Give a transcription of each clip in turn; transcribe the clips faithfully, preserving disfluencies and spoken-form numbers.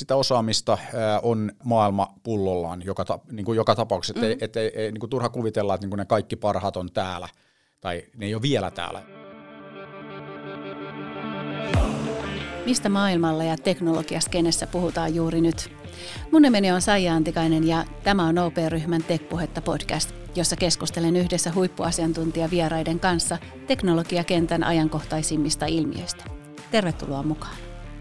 sitä osaamista ää, on maailma pullollaan joka, ta, niin kuin joka tapauksessa, mm. että ei, et, ei, niin kuin turha kuvitella, että niin kuin ne kaikki parhaat on täällä, tai ne ei ole vielä täällä. Mistä maailmalla ja teknologiaskenessä puhutaan juuri nyt? Mun nimeni on Saija Antikainen ja tämä on O P-ryhmän Tech-puhetta podcast, jossa keskustelen yhdessä huippuasiantuntijavieraiden kanssa teknologiakentän ajankohtaisimmista ilmiöistä. Tervetuloa mukaan.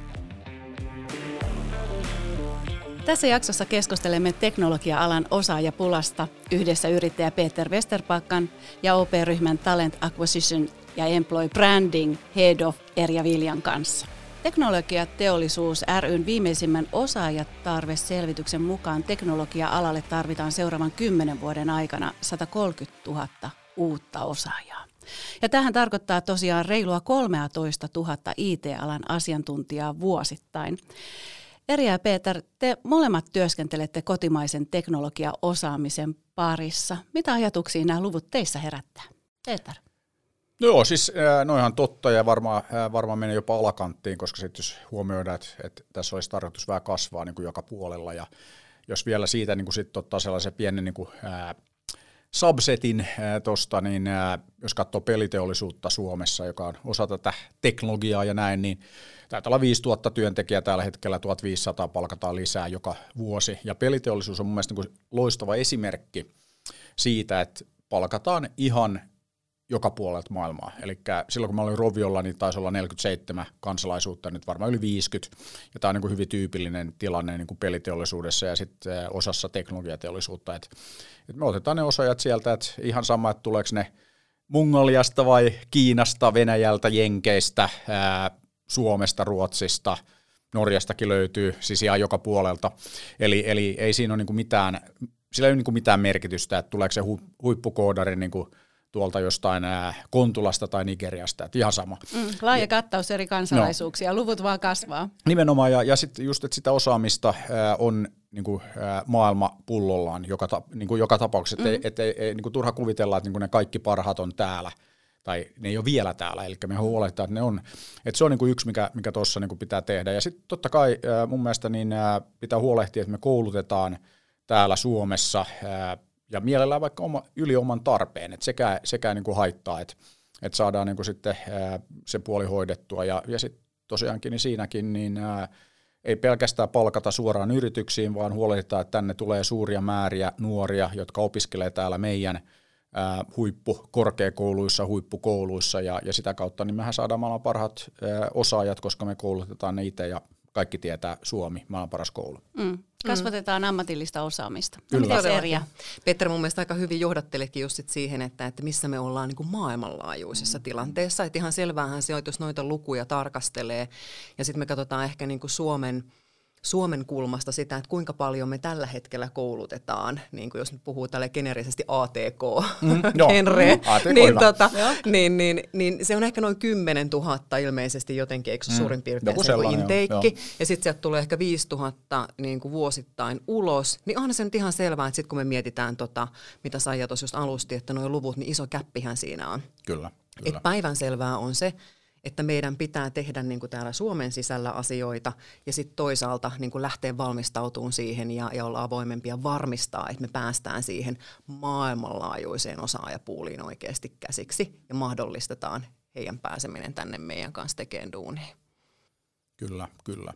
Tässä jaksossa keskustelemme teknologia-alan osaajapulasta yhdessä yrittäjä Peter Westerpakkan ja O P-ryhmän Talent Acquisition ja Employee Branding Head of Erja Viljan kanssa. Teknologiateollisuus ry:n viimeisimmän osaajatarveselvityksen mukaan teknologia-alalle tarvitaan seuraavan kymmenen vuoden aikana sata kolmekymmentätuhatta uutta osaajaa. Ja tähän tarkoittaa tosiaan reilua kolmetoista tuhatta I T-alan asiantuntijaa vuosittain. Erja ja Peter, te molemmat työskentelette kotimaisen teknologiaosaamisen parissa. Mitä ajatuksia nämä luvut teissä herättää? Peter. No joo, siis äh, no ihan totta ja varmaan äh, varmaan menee jopa alakanttiin, koska sitten jos huomioidaan, että, että tässä olisi tarkoitus vähän kasvaa niin kuin joka puolella ja jos vielä siitä niin kuin sit ottaa sellaisen pienen niin kuin, äh, subsetin äh, tuosta, niin äh, jos katsoo peliteollisuutta Suomessa, joka on osa tätä teknologiaa ja näin, niin taitaa olla viisituhatta työntekijää tällä hetkellä, tuhatviisisataa palkataan lisää joka vuosi ja peliteollisuus on mun mielestä niin kuin loistava esimerkki siitä, että palkataan ihan joka puolelta maailmaa. Eli silloin kun mä olin Roviolla, niin taisi olla neljäkymmentäseitsemän kansalaisuutta, nyt varmaan yli viisikymmentä. Ja tämä on niin kuin hyvin tyypillinen tilanne niin kuin peliteollisuudessa ja sitten osassa teknologiateollisuutta. Et, et me otetaan ne osaajat sieltä, että ihan sama, että tuleeko ne Mongoliasta vai Kiinasta, Venäjältä, Jenkeistä, ää, Suomesta, Ruotsista, Norjastakin löytyy, siis ihan joka puolelta. Eli, eli ei siinä ole niin kuin mitään, sillä ei ole niin kuin mitään merkitystä, että tuleeko se hu, huippukoodari niin kuin tuolta jostain ää, Kontulasta tai Nigeriasta, että ihan sama. Mm, laaja kattaus eri kansalaisuuksia, no, luvut vaan kasvaa. Nimenomaan, ja, ja sitten just, että sitä osaamista ää, on niin kuin, ää, maailma pullollaan joka, ta, niin kuin joka tapauksessa, että mm. et, et, et, niin kuin turha kuvitella, että niin kuin ne kaikki parhaat on täällä, tai ne ei ole vielä täällä, eli me huolehditaan, että ne on, että se on niin kuin yksi, mikä, mikä tuossa niin kuin pitää tehdä, ja sitten totta kai ää, mun mielestä niin, ää, pitää huolehtia, että me koulutetaan täällä Suomessa, ää, ja mielellään vaikka oma, yli oman tarpeen, että sekä, sekä niin kuin haittaa, että, että saadaan niin kuin sitten ää, se puoli hoidettua. Ja, ja sitten tosiaankin niin siinäkin niin, ää, ei pelkästään palkata suoraan yrityksiin, vaan huolehditaan, että tänne tulee suuria määriä nuoria, jotka opiskelee täällä meidän ää, huippukorkeakouluissa, huippukouluissa, ja, ja sitä kautta niin mehän saadaan maailman parhaat ää, osaajat, koska me koulutetaan ne itse, ja kaikki tietää Suomi, maailman paras koulu. Mm. Kasvatetaan mm. ammatillista osaamista. Kyllä. Mites Erja? Peter mun mielestä aika hyvin johdattelikin just sit siihen, että, että missä me ollaan niin kuin maailmanlaajuisessa mm. tilanteessa. Että ihan selväähän se on, että jos noita lukuja tarkastelee ja sitten me katsotaan ehkä niin kuin Suomen Suomen kulmasta sitä, että kuinka paljon me tällä hetkellä koulutetaan, niin kuin jos nyt puhuu tälle geneerisesti A T K-genre, mm, mm, niin, tota, niin, niin, niin se on ehkä noin kymmenen tuhatta ilmeisesti jotenkin, eikö se mm. suurin piirtein se intake, ja sitten sieltä tulee ehkä viisituhatta niin kuin vuosittain ulos, niin onhan se nyt ihan selvää, että sitten kun me mietitään, tota, mitä Saija tuossa just alusti, että nuo luvut, niin iso käppihän siinä on. Kyllä, kyllä. Et päivänselvää on se, että meidän pitää tehdä niin kuin täällä Suomen sisällä asioita ja sitten toisaalta niin kuin lähteä valmistautumaan siihen ja, ja olla avoimempia varmistaa, että me päästään siihen maailmanlaajuiseen osaajapuuliin oikeasti käsiksi ja mahdollistetaan heidän pääseminen tänne meidän kanssa tekemään duunia. Kyllä, kyllä.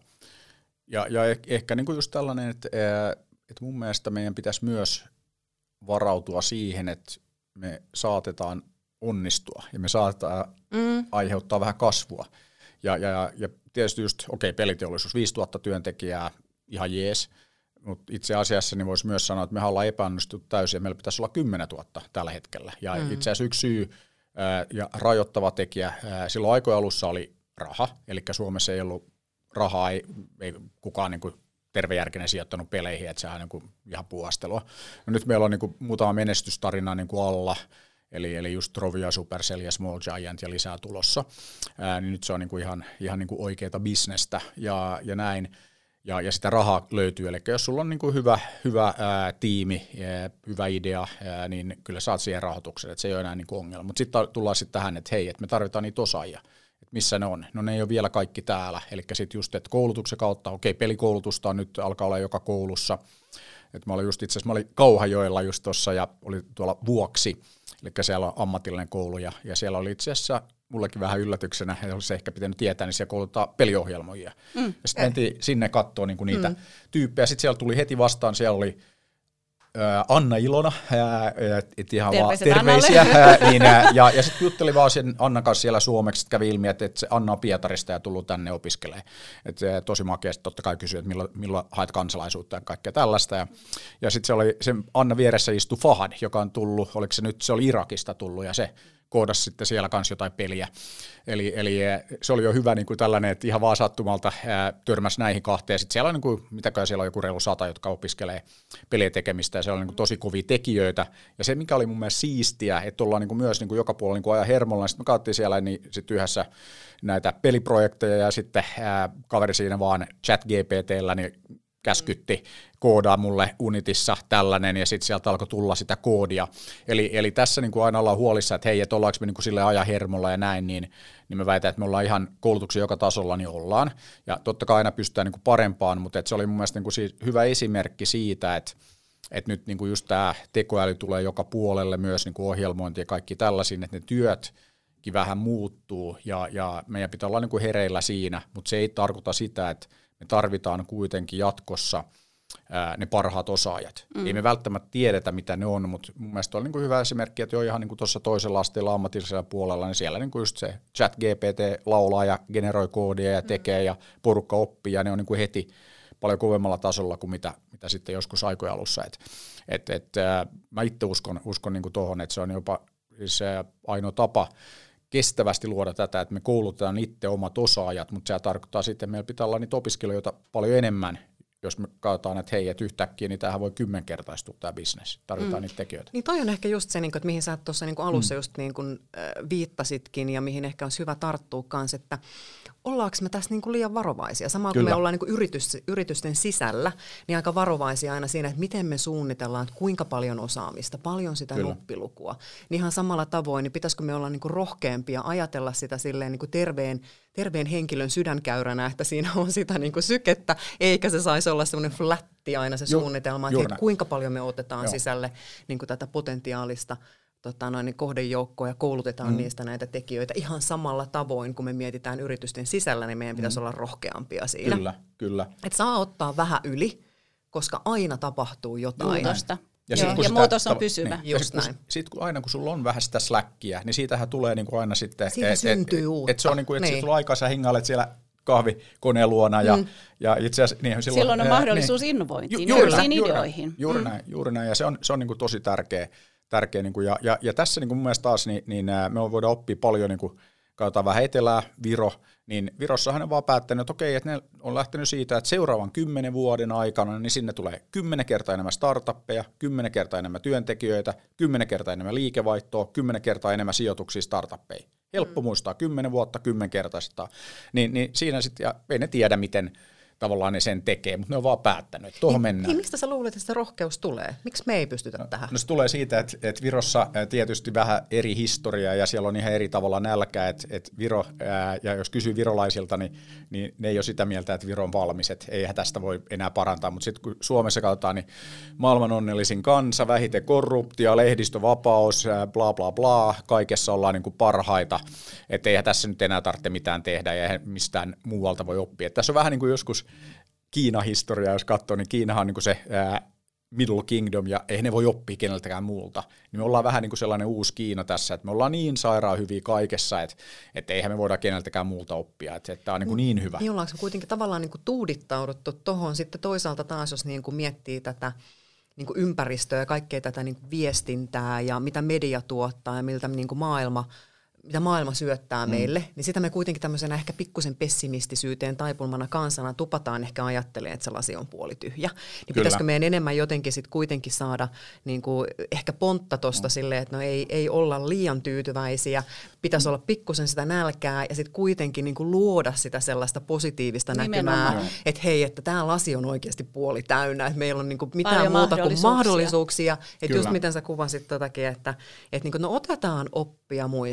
Ja, ja ehkä niin kuin just tällainen, että, että mun mielestä meidän pitäisi myös varautua siihen, että me saatetaan onnistua ja me saattaa mm. aiheuttaa vähän kasvua. Ja, ja, ja tietysti just, okei, okay, peliteollisuus, viisituhatta työntekijää, ihan jees, mutta itse asiassa niin voisi myös sanoa, että me ollaan epäonnistuttu täysin ja meillä pitäisi olla kymmenentuhatta tällä hetkellä. Ja mm. itse asiassa yksi syy ää, ja rajoittava tekijä, ää, silloin aikojen alussa oli raha, eli Suomessa ei ollut rahaa, ei, ei kukaan niin kuin tervejärkinen sijoittanut peleihin, että sehän on niin kuin ihan puuhastelua. No nyt meillä on niin kuin muutama menestystarina niin kuin alla, Eli, eli just Rovio, Supercell ja Small Giant ja lisää tulossa, ää, niin nyt se on niinku ihan, ihan niinku oikeata bisnestä ja, ja näin. Ja, ja sitä rahaa löytyy, eli jos sulla on niinku hyvä, hyvä ää, tiimi, ää, hyvä idea, ää, niin kyllä saat siihen rahoituksen, että se ei ole enää niinku ongelma. Mutta sitten tullaan sitten tähän, että hei, että me tarvitaan niitä osaajia. Et missä ne on. No ne ei ole vielä kaikki täällä, eli sitten just, että koulutuksen kautta, okei, pelikoulutusta on nyt alkaa olla joka koulussa. Et mä olin just itse asiassa, mä olin Kauhajoella just tuossa ja oli tuolla Vuoksi, eli siellä on ammatillinen koulu ja, ja siellä oli itse asiassa mullekin vähän yllätyksenä, ja olisi ehkä pitänyt tietää, niin siellä koulutetaan peliohjelmoja. Mm. Ja sitten mentiin sinne katsoa niinku niitä mm. tyyppejä. Sitten siellä tuli heti vastaan, siellä oli ää, Anna Ilona, ää, et ihan vaan terveisiä. Ää, niin, ää, ja ja sitten juttelin vaan sen Annan kanssa siellä suomeksi, että kävi ilmi, että, että se Anna on Pietarista ja tullut tänne opiskelemaan. Et, ää, tosi makeasti totta kai kysyi, että milloin, milloin haet kansalaisuutta ja kaikkea tällaista. Ja, ja sitten se oli, se Anna vieressä istui Fahad, joka on tullut, oliko se nyt, se oli Irakista tullut, ja se koodasi sitten siellä kanssa jotain peliä. Eli, eli se oli jo hyvä niin kuin tällainen, että ihan vaan sattumalta ää, törmäsi näihin kahteen. Sitten siellä on, niin kuin, mitäkään siellä on joku reilu sata, jotka opiskelee pelien tekemistä, ja siellä on niin kuin tosi kovia tekijöitä. Ja se, mikä oli mun mielestä siistiä, että ollaan niin kuin myös niin kuin joka puolella niin kuin ajan hermolla, sitten me katsottiin siellä niin sitten yhdessä näitä peliprojekteja, ja sitten ää, kaveri siinä vaan ChatGPT:llä niin käskytti koodaa mulle Unitissa tällainen, ja sitten sieltä alkoi tulla sitä koodia. Eli, eli tässä niin kuin aina ollaan huolissa, että hei, että ollaanko me niin kuin sille ajan hermolla ja näin, niin, niin me väitän, että me ollaan ihan koulutuksen joka tasolla, niin ollaan. Ja totta kai aina pystytään niin kuin parempaan, mutta että se oli mun mielestä niin kuin siis hyvä esimerkki siitä, että, että nyt niin kuin just tämä tekoäly tulee joka puolelle, myös niin kuin ohjelmointi ja kaikki tällaisiin, että ne työtkin vähän muuttuu, ja, ja meidän pitää olla niin kuin hereillä siinä, mutta se ei tarkoita sitä, että me tarvitaan kuitenkin jatkossa ää, ne parhaat osaajat. Mm. Ei me välttämättä tiedetä, mitä ne on, mutta mun mielestä on niin kuin hyvä esimerkki, että jo ihan niin kuin tuossa toisella asteella ammatillisella puolella, niin siellä niin kuin just se ChatGPT laulaa ja generoi koodia ja tekee mm. ja porukka oppii, ja ne on niin kuin heti paljon kovemmalla tasolla kuin mitä, mitä sitten joskus aikojen alussa. Et, et, et, ää, mä itse uskon, uskon niin kuin tohon, että se on jopa siis ainoa tapa kestävästi luoda tätä, että me koulutetaan itse omat osaajat, mutta se tarkoittaa sitten, että meillä pitää olla niitä opiskelijoita paljon enemmän, jos me katsotaan, että hei, että yhtäkkiä, niin tämähän voi kymmenkertaistua tämä bisnes. Tarvitaan mm. niitä tekijöitä. Niin toi on ehkä just se, että mihin sä tuossa alussa mm. just niin kuin viittasitkin, ja mihin ehkä olisi hyvä tarttua kanssa, että ollaanko me tässä niin kuin liian varovaisia? Samaan kun me ollaan niin kuin yritys, yritysten sisällä, niin aika varovaisia aina siinä, että miten me suunnitellaan, että kuinka paljon osaamista, paljon sitä Kyllä. nuppilukua. Niin ihan samalla tavoin, niin pitäisikö me olla niin kuin rohkeampia ajatella sitä silleen niin kuin terveen, terveen henkilön sydänkäyränä, että siinä on sitä niin kuin sykettä, eikä se saisi olla semmoinen flatti aina se Ju, suunnitelma, että hei, kuinka paljon me otetaan Joo. sisälle niin kuin tätä potentiaalista Tota, noin, kohdejoukkoa ja koulutetaan mm. niistä näitä tekijöitä ihan samalla tavoin, kun me mietitään yritysten sisällä, niin meidän pitäisi mm. olla rohkeampia siinä. Kyllä, kyllä. Että saa ottaa vähän yli, koska aina tapahtuu jotain. Muutosta. Ja, sit, ja muutos on pysyvä. Niin, Just näin. Sitten kun aina kun sulla on vähän sitä släkkiä, niin siitähän tulee niinku aina sitten, siitä et, syntyy et, uutta. Et se on niinku, että niin. sulla aikaa sä hingailet siellä kahvikoneen luona ja, mm. ja itse asiassa niin silloin, silloin on ää, mahdollisuus niin, innovointiin, ju, juuri, ideoihin. Juuri mm. näin, juuri näin, ja se on, se on niinku tosi tärkeä. tärkeä niin kuin, ja, ja, ja tässä niin kuin mun mielestä taas niin, niin me voidaan oppia paljon, niin kuin, katsotaan vähän etelää, Viro, niin Virossahan ne vaan päättänyt, että okei, että ne on lähtenyt siitä, että seuraavan kymmenen vuoden aikana, niin sinne tulee kymmenen kertaa enemmän startuppeja, kymmenen kertaa enemmän työntekijöitä, kymmenen kertaa enemmän liikevaihtoa, kymmenen kertaa enemmän sijoituksia startuppeihin. Helppo mm. muistaa, kymmenen vuotta, kymmenkertaistaa. Niin, niin siinä sitten, ja ei ne tiedä, miten tavallaan ne sen tekee, mutta ne on vaan päättänyt, että tuohon mennään. Niin, mistä sä luulet, että se rohkeus tulee? Miksi me ei pystytä no, tähän? No se tulee siitä, että, että Virossa tietysti vähän eri historiaa ja siellä on ihan eri tavalla nälkää, että, että Viro, ää, ja jos kysyy virolaisilta, niin, niin ne ei ole sitä mieltä, että Viro on valmis, että eihän tästä voi enää parantaa, mutta sitten kun Suomessa katsotaan, niin maailman onnellisin kansa, vähiten korruptio, lehdistövapaus, ää, bla bla bla, kaikessa ollaan niin kuin parhaita, että eihän tässä nyt enää tarvitse mitään tehdä ja eihän mistään muualta voi oppia. Että tässä on vähän niin kuin joskus Kiina-historiaa, jos katsoo, niin Kiinahan on niin kuin se ää, Middle Kingdom, ja ei ne voi oppia keneltäkään muulta. Niin me ollaan vähän niin kuin sellainen uusi Kiina tässä, että me ollaan niin sairaan hyviä kaikessa, että, että eihän me voida keneltäkään muulta oppia, että, että tämä on niin, kuin niin hyvä. Niin ollaanko kuitenkin tavallaan niin kuin tuudittauduttu tuohon sitten toisaalta taas, jos niin kuin miettii tätä niin kuin ympäristöä ja kaikkea tätä niin kuin viestintää ja mitä media tuottaa ja miltä niin kuin maailma mitä maailma syöttää mm. meille, niin sitä me kuitenkin tämmöisenä ehkä pikkusen pessimistisyyteen taipumana kansana tupataan ehkä ajattelemaan, että se lasi on puolityhjä. Niin Kyllä. pitäisikö meidän enemmän jotenkin sit kuitenkin saada niin kuin ehkä pontta tuosta mm. silleen, että no ei, ei olla liian tyytyväisiä, pitäisi mm. olla pikkusen sitä nälkää ja sitten kuitenkin niin kuin luoda sitä sellaista positiivista Nimenomaan. näkymää, että hei, että tämä lasi on oikeasti puoli täynnä, että meillä on niin kuin mitään Paljon muuta kuin mahdollisuuksia. Että just miten sä kuvasit tätäkin, että, että niin kuin, no otetaan oppia muista, ollaan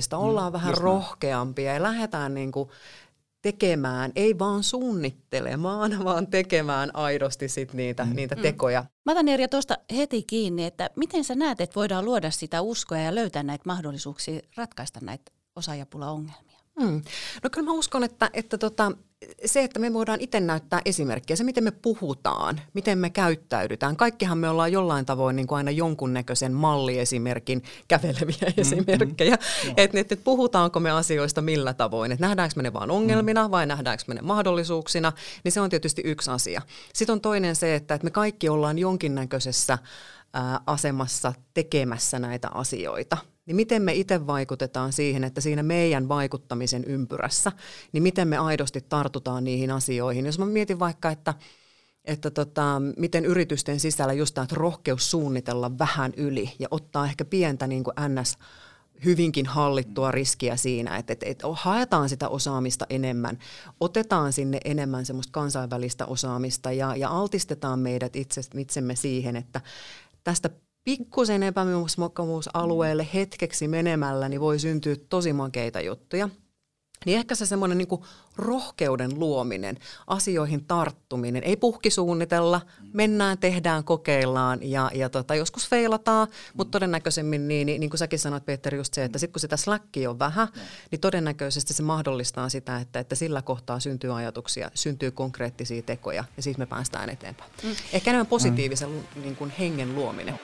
ollaan vähän rohkeampia ja lähdetään niin kuin tekemään, ei vaan suunnittelemaan, vaan tekemään aidosti sit niitä, mm. niitä tekoja. Mä otan Erja tuosta heti kiinni, että miten sä näet, että voidaan luoda sitä uskoa ja löytää näitä mahdollisuuksia ratkaista näitä osaajapulaongelmia? Hmm. No kyllä mä uskon, että, että tota, se, että me voidaan itse näyttää esimerkkiä, se miten me puhutaan, miten me käyttäydytään. Kaikkihan me ollaan jollain tavoin niin kuin aina jonkunnäköisen malliesimerkin käveleviä mm, esimerkkejä. Mm, no. Että et, et puhutaanko me asioista millä tavoin, että nähdäänkö me ne vaan ongelmina vai nähdäänkö me ne mahdollisuuksina, niin se on tietysti yksi asia. Sitten on toinen se, että, että me kaikki ollaan jonkinnäköisessä ää, asemassa tekemässä näitä asioita. Niin miten me itse vaikutetaan siihen, että siinä meidän vaikuttamisen ympyrässä, niin miten me aidosti tartutaan niihin asioihin. Jos mä mietin vaikka, että, että tota, miten yritysten sisällä just tämä rohkeus suunnitella vähän yli ja ottaa ehkä pientä niin kuin ns. Hyvinkin hallittua riskiä siinä, että, että, että haetaan sitä osaamista enemmän, otetaan sinne enemmän semmoista kansainvälistä osaamista ja, ja altistetaan meidät itse, itsemme siihen, että tästä pikkusen epämukavuusalueelle hetkeksi menemällä niin voi syntyä tosi makeita juttuja. Niin ehkä se semmoinen niin kuin rohkeuden luominen, asioihin tarttuminen, ei puhkisuunnitella, mennään, tehdään, kokeillaan ja, ja tota, joskus feilataan, mutta todennäköisemmin niin, niin, niin kuin säkin sanoit Peter just se, että sitten kun sitä slackia on vähän, niin todennäköisesti se mahdollistaa sitä, että, että sillä kohtaa syntyy ajatuksia, syntyy konkreettisia tekoja ja siitä me päästään eteenpäin. Mm. Ehkä enemmän positiivisen mm. niin kuin hengen luominen.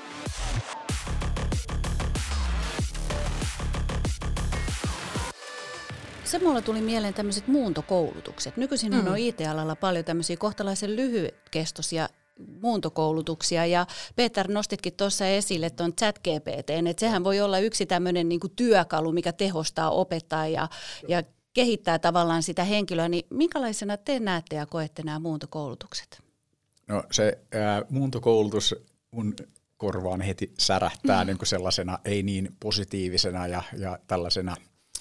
Se mulla tuli mieleen tämmöiset muuntokoulutukset. Nykyisin mm. on I T-alalla paljon tämmöisiä kohtalaisen lyhytkestoisia muuntokoulutuksia ja Peter nostitkin tuossa esille tuon ChatGPT, että sehän voi olla yksi tämmöinen niinku työkalu, mikä tehostaa opettaa ja, ja kehittää tavallaan sitä henkilöä. Niin minkälaisena te näette ja koette nämä muuntokoulutukset? No se ää, muuntokoulutus mun korvaan heti särähtää mm. niin kuin sellaisena ei niin positiivisena ja, ja tällaisena,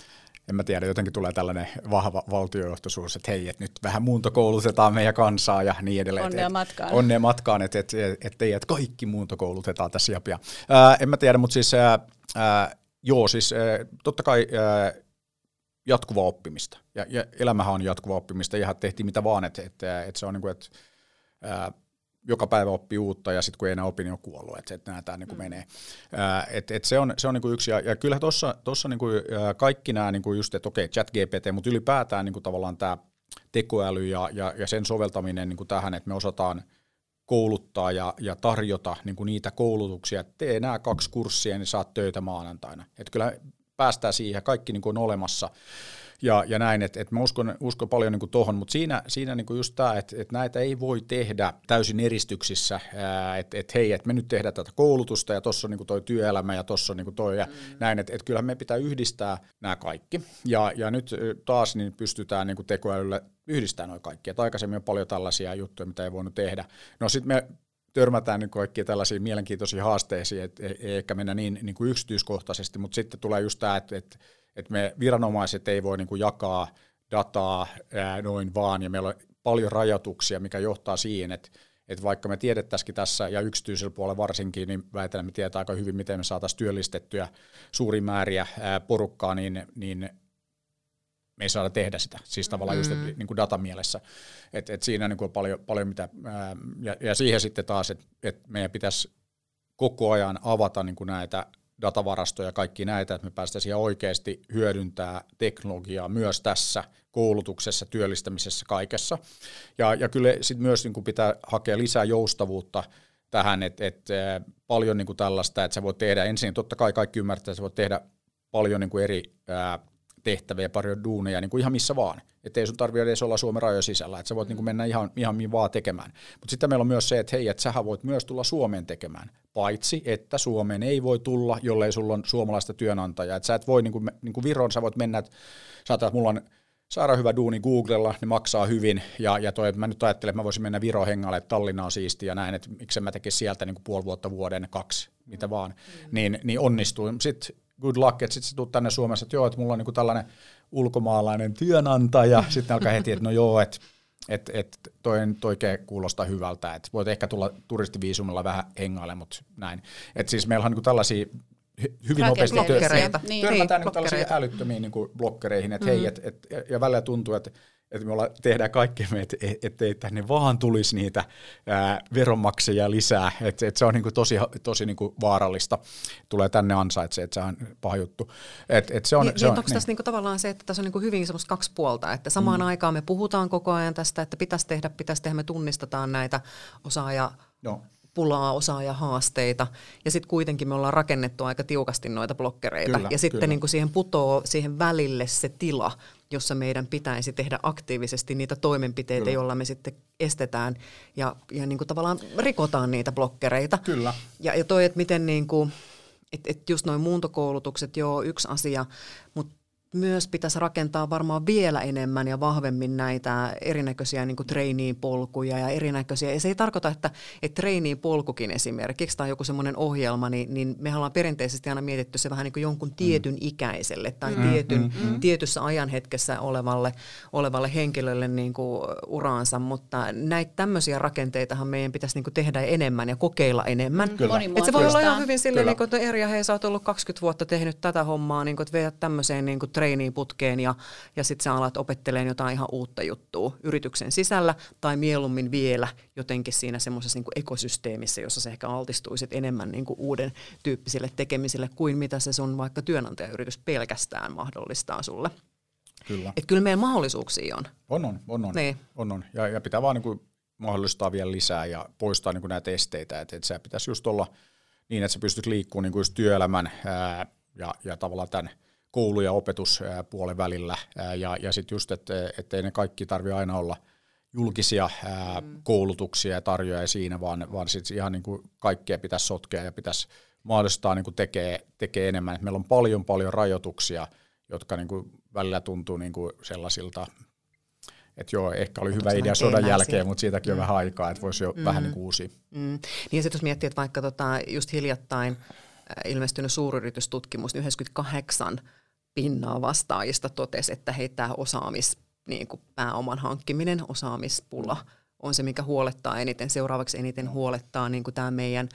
en mä tiedä, jotenkin tulee tällainen vahva valtiojohtoisuus, että hei, että nyt vähän muuntokoulutetaan meidän kansaa ja niin edelleen. Onnea et, matkaan. Onnea matkaan, että et, et, et, et kaikki muuntokoulutetaan tässä ja pian. Ää, en mä tiedä, mutta siis ää, ää, joo, siis ää, totta kai ää, jatkuvaa oppimista. Ja, ja elämähän on jatkuvaa oppimista, ihan tehtiin mitä vaan, että et, et se on niin kuin, että ää, joka päivä oppii uutta ja sitten kun ei enää opi, niin on kuollut, että et näin tämä niin mm. menee. Ää, et, et se on, se on niin kuin yksi, ja, ja kyllä tuossa niin kaikki nämä niin kuin just, että okei, ChatGPT, mutta ylipäätään niin kuin tavallaan tämä tekoäly ja, ja, ja sen soveltaminen niin kuin tähän, että me osataan kouluttaa ja, ja tarjota niin kuin niitä koulutuksia, että tee nämä kaksi kurssia, niin saat töitä maanantaina. Että kyllä päästään siihen, kaikki niin kuin on olemassa. Ja, ja näin, että et mä uskon, uskon paljon niin tuohon, mutta siinä, siinä niin just tämä, että et näitä ei voi tehdä täysin eristyksissä, että et hei, että me nyt tehdään tätä koulutusta ja tuossa on niin toi työelämä ja tuossa on niin toi ja mm. näin, että et kyllähän me pitää yhdistää nämä kaikki. Ja, ja nyt taas niin pystytään niin tekoälyllä yhdistämään nuo kaikki, että aikaisemmin on paljon tällaisia juttuja, mitä ei voinut tehdä. No sitten me törmätään niin kaikkia tällaisia mielenkiintoisia haasteisiin, että ei ehkä mennä niin, niin kuin yksityiskohtaisesti, mutta sitten tulee just tämä, että, että että me viranomaiset ei voi niin kuin jakaa dataa ää, noin vaan, ja meillä on paljon rajoituksia, mikä johtaa siihen, että, että vaikka me tiedettäisikin tässä, ja yksityisellä puolella varsinkin, niin väitän, me tiedetään aika hyvin, miten me saataisiin työllistettyä suuria määriä ää, porukkaa, niin, niin me ei saada tehdä sitä, siis tavallaan mm. just et, niin kuin datamielessä. Et, et siinä niin kuin on paljon, paljon mitä, ää, ja, ja siihen sitten taas, että et meidän pitäisi koko ajan avata niin kuin näitä datavarastoja ja kaikki näitä, että me päästäisiin oikeasti hyödyntää teknologiaa myös tässä koulutuksessa, työllistämisessä, kaikessa. Ja, ja kyllä sitten myös niin kuin pitää hakea lisää joustavuutta tähän, että, että paljon niin kuin tällaista, että sä voit tehdä ensin, totta kai kaikki ymmärtää, että sä voit tehdä paljon niin kuin eri ää, tehtäviä, paljon duuneja, niin kuin ihan missä vaan. Että ei sun tarvitse edes olla Suomen rajojen sisällä, että sä voit niin kuin mennä ihan, ihan mihin vaan tekemään. Mutta sitten meillä on myös se, että hei, että sähän voit myös tulla Suomeen tekemään, paitsi että Suomeen ei voi tulla, jollei sulla on suomalaista työnantajaa. Että sä et voi, niin kuin, niin kuin Viron, sä voit mennä, että saatat, että mulla on saada hyvä duuni Googlella, ne maksaa hyvin, ja, ja toi, että mä nyt ajattelen, että mä voisin mennä Viron hengalle, että Tallinna on siistiä ja näin, että miksen mä tekisin sieltä niin kuin puoli vuotta, vuoden, kaksi, mitä vaan, mm. niin, niin onnistuu. Sitten good luck, että sitten sä tulet tänne Suomessa, että joo, että mulla on niin tällainen ulkomaalainen työnantaja, sitten alkaa heti, että no joo, että et, et toi nyt oikein kuulostaa hyvältä, että voit ehkä tulla turistiviisumilla vähän hengaille, mutta näin. Että siis meillä on niin tällaisia hyvin nopeasti blokkereita. Niin. Törmätään niin tällaisiin älyttömiin niin kuin blokkereihin, että mm-hmm. hei, et, et, ja välillä tuntuu, että et me olla, tehdään kaikkemme, että et, et, et tänne vaan tulisi niitä ää, veronmaksajia lisää, että et se on niin kuin tosi, tosi niin kuin vaarallista, tulee tänne ansaitsee, että se on paha juttu. Et, et se on, niin, se on, onko niin. tässä niin kuin tavallaan se, että tässä on niin kuin hyvin semmoista kaksi puolta, että samaan mm. aikaan me puhutaan koko ajan tästä, että pitäisi tehdä, pitäisi tehdä, me tunnistetaan näitä osaaja no. pulaa, osaajahaasteita, ja sitten kuitenkin me ollaan rakennettu aika tiukasti noita blokkereita, kyllä, ja sitten niin kuin siihen putoo siihen välille se tila, jossa meidän pitäisi tehdä aktiivisesti niitä toimenpiteitä, kyllä. joilla me sitten estetään ja, ja niin kuin tavallaan rikotaan niitä blokkereita. Kyllä. Ja, ja toi, että miten niin kuin, että et just noin muuntokoulutukset, joo, yksi asia, mutta myös pitäisi rakentaa varmaan vielä enemmän ja vahvemmin näitä erinäköisiä niin kuin trainee-polkuja ja erinäköisiä. Ja se ei tarkoita, että, että trainee-polkukin esimerkiksi tai joku semmoinen ohjelma, niin, niin mehän ollaan perinteisesti aina mietitty se vähän niin kuin jonkun tietyn mm. ikäiselle tai mm, tietyn, mm, mm. tietyssä ajanhetkessä olevalle, olevalle henkilölle niin kuin uraansa, mutta näitä tämmöisiä rakenteitahan meidän pitäisi niin kuin tehdä enemmän ja kokeilla enemmän. Kyllä. Et se voi olla ihan hyvin silleen, niin kuin, että Erja, hei, sä oot ollut kaksikymmentä vuotta tehnyt tätä hommaa, niin kuin, että vedät tämmöiseen niin kuin trainee-putkeen ja, ja sitten sä alat opettelemaan jotain ihan uutta juttua yrityksen sisällä tai mieluummin vielä jotenkin siinä semmoisessa niin kuin ekosysteemissä, jossa sä ehkä altistuisit enemmän niin kuin uuden tyyppisille tekemisille kuin mitä se sun vaikka työnantajayritys pelkästään mahdollistaa sulle. Kyllä. Että kyllä meillä mahdollisuuksia on. On, on, on. on. Niin. on, on. Ja, ja pitää vaan niin kuin mahdollistaa vielä lisää ja poistaa niin kuin näitä esteitä, että, että se pitäisi just olla niin, että sä pystyt liikkumaan niin kuin just työelämän ää, ja, ja tavallaan tämän koulu- ja opetuspuolen välillä, ja, ja sitten just, että et ei ne kaikki tarvitse aina olla julkisia ää, mm. koulutuksia ja tarjoajia siinä, vaan, vaan sitten ihan niin kuin kaikkea pitäisi sotkea ja pitäisi mahdollistaa niin kuin tekee, tekee enemmän. Et meillä on paljon paljon rajoituksia, jotka niin kuin välillä tuntuu niin kuin sellaisilta, että joo, ehkä oli hyvä idea sodan jälkeen, mutta siitäkin mm. on vähän aikaa, että voisi jo mm. vähän niin kuin uusia. Mm. Niin ja sitten jos miettii, että vaikka tota, just hiljattain ilmestynyt suuryritystutkimus, niin yhdeksänkymmentäkahdeksan pinnaa vastaajista totesi, että hei, tämä osaamis, niin kuin pääoman hankkiminen, osaamispula on se, mikä huolettaa eniten. Seuraavaksi eniten huolettaa niin kuin tämä meidän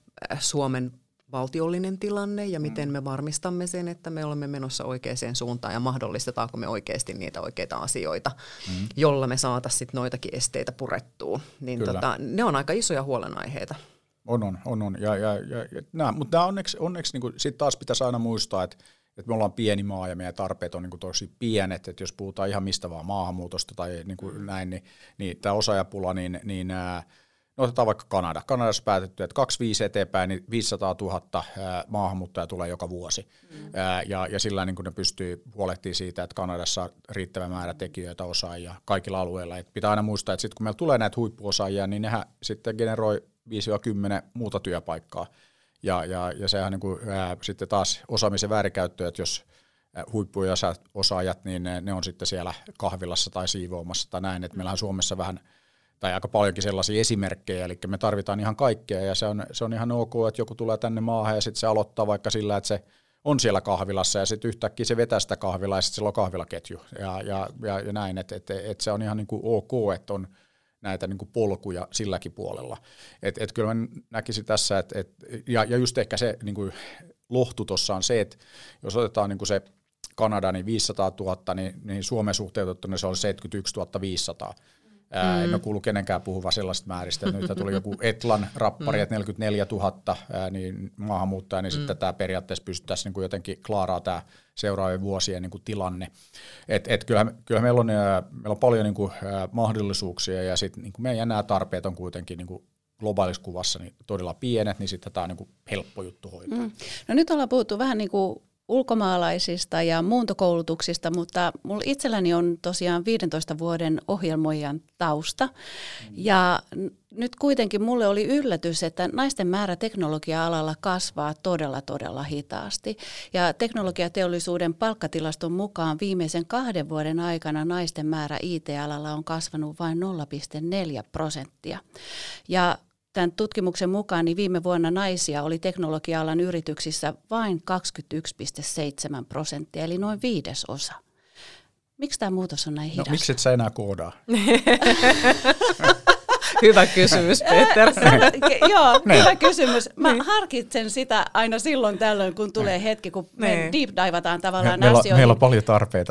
Suomen valtiollinen tilanne ja miten me varmistamme sen, että me olemme menossa oikeaan suuntaan ja mahdollistetaanko me oikeasti niitä oikeita asioita, mm. jolla me saataisiin sit noitakin esteitä purettua. Niin tota, ne on aika isoja huolenaiheita. On, on, on, on. Ja, ja, ja, ja nämä, mutta nämä onneksi, onneksi niin sitten taas pitäisi aina muistaa, että, että me ollaan pieni maa ja meidän tarpeet on niin kuin tosi pienet, että jos puhutaan ihan mistä vaan maahanmuutosta tai niin kuin näin, niin, niin tämä osaajapula, niin, niin ää, no otetaan vaikka Kanada. Kanadassa päätetty, että kaksikymmentäviisi eteenpäin, niin viisisataatuhatta ää, maahanmuuttajaa tulee joka vuosi. Mm. Ää, ja, ja sillä niin kuin ne pystyy huolehtimaan siitä, että Kanadassa on riittävä määrä tekijöitä, osaajia kaikilla alueilla. Et pitää aina muistaa, että sitten kun meillä tulee näitä huippuosaajia, niin nehän sitten generoi viisi kymmenen muuta työpaikkaa. Ja, ja, ja sehän niin kuin, ää, sitten taas osaamisen väärinkäyttö, että jos huippuosaajat, niin ne, ne on sitten siellä kahvilassa tai siivoamassa tai näin. Että meillähän on Suomessa vähän, tai aika paljonkin sellaisia esimerkkejä, eli me tarvitaan ihan kaikkea, ja se on, se on ihan ok, että joku tulee tänne maahan, ja sitten se aloittaa vaikka sillä, että se on siellä kahvilassa, ja sitten yhtäkkiä se vetää sitä kahvilaa, ja sitten sillä on kahvilaketju, ja, ja, ja, ja näin, että et, et se on ihan niin kuin ok, että on näitä niin kuin polkuja silläkin puolella. Et, et kyllä mä näkisin tässä, että et, ja, ja just ehkä se niin kuin lohtu tuossa on se, että jos otetaan niin kuin se Kanada, niin viisisataatuhatta, niin, niin Suomen suhteutettuna se on seitsemänkymmentäyksituhatta viisisataa. Ää, mm. En ole kuullut kenenkään puhuvan sellaista määristä. Nyt tuli joku Etlan rappari, mm. että neljäkymmentäneljätuhatta ää, niin maahanmuuttaja, niin mm. sitten tämä periaatteessa pystyttäisiin niin kuin jotenkin klaaraa tämä seuraavien vuosien niin kuin tilanne. Et, et kyllähän, kyllähän meillä, on, ää, meillä on paljon niin kuin, ää, mahdollisuuksia, ja sitten niin kuin meidän nämä tarpeet on kuitenkin niin kuin globaalissa kuvassa niin todella pienet, niin sitten tämä on niin kuin helppo juttu hoitaa. Mm. No nyt ollaan puhuttu vähän niin kuin ulkomaalaisista ja muuntokoulutuksista, mutta mulla itselläni on tosiaan viidentoista vuoden ohjelmoijan tausta. Ja nyt kuitenkin mulle oli yllätys, että naisten määrä teknologia-alalla kasvaa todella, todella hitaasti. Ja teknologiateollisuuden palkkatilaston mukaan viimeisen kahden vuoden aikana naisten määrä I T-alalla on kasvanut vain nolla pilkku neljä prosenttia. Ja tämän tutkimuksen mukaan niin viime vuonna naisia oli teknologia-alan yrityksissä vain kaksikymmentäyksi pilkku seitsemän prosenttia, eli noin viidesosa. Miksi tämä muutos on näin hidas? No, miksi et sä enää koodaa? Hyvä kysymys, Peter. Joo, hyvä kysymys. Mä niin. harkitsen sitä aina silloin tällöin, kun tulee hetki, kun niin. me deep divataan tavallaan me, meillä, asioihin. meillä on paljon tarpeita.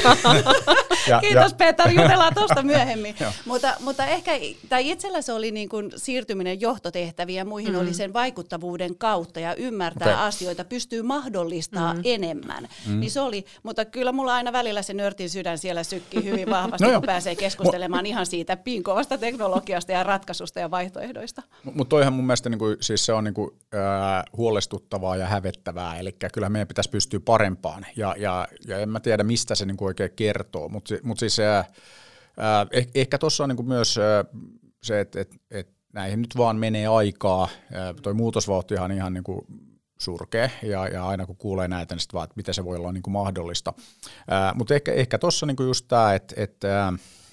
ja, Kiitos ja. Peter, jutellaan tuosta myöhemmin. mutta, mutta ehkä tai itsellä se oli niin kuin siirtyminen johtotehtäviin ja muihin mm. oli sen vaikuttavuuden kautta ja ymmärtää okay. asioita, pystyy mahdollistamaan mm. enemmän. Mm. Niin se oli, mutta kyllä mulla aina välillä se nörtin sydän siellä sykkii hyvin vahvasti, no kun pääsee keskustelemaan ihan siitä pinkovasta teknologiasta ja ratkaisusta ja vaihtoehdoista. Mutta toihan mun mielestä niinku, siis se on niinku, äh, huolestuttavaa ja hävettävää, eli kyllä meidän pitäisi pystyä parempaan, ja, ja, ja en mä tiedä mistä se niinku oikein kertoo, mutta mut siis äh, eh, ehkä tuossa on niinku myös äh, se, että et, et näihin nyt vaan menee aikaa, äh, toi muutosvauhtihan ihan niinku surkea, ja, ja aina kun kuulee näitä, niin sitten vaan, että miten se voi olla niinku mahdollista. Äh, mutta ehkä, ehkä tuossa niinku just tämä, että et, äh,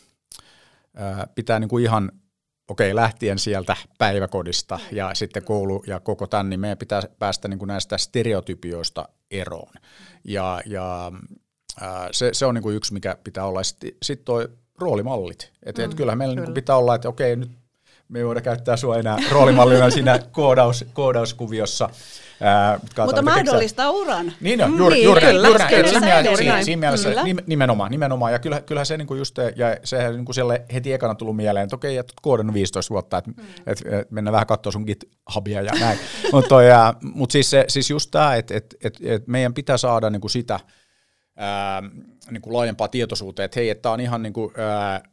pitää niinku ihan, okei, lähtien sieltä päiväkodista ja sitten koulu ja koko tämän, niin meidän pitää päästä niinku näistä stereotypioista eroon. Ja, ja ää, se, se on niinku yksi, mikä pitää olla. Sitten sit toi roolimallit. Et, mm, et kyllähän meillä kyllä. niinku pitää olla, että okei, nyt me ei voida käyttää sua enää roolimallina siinä koodaus, koodauskuviossa. Ää, mutta mahdollistaa uran. Niin on, juuri, juuri, juuri, juuri näin. Siinä, siinä mielessä nimenomaan, nimenomaan. Ja kyllä, kyllähän se niinku just, ja sehän niinku siellä heti ekana tullut mieleen, että okei, että koodannut viisitoista vuotta, että mm. et, et mennään vähän katsoa sun GitHubia ja näin. Mutta mut siis, siis just tämä, että et, et, et meidän pitää saada niinku sitä ää, niinku laajempaa tietoisuuteen, että hei, että tämä on ihan niinku, ää,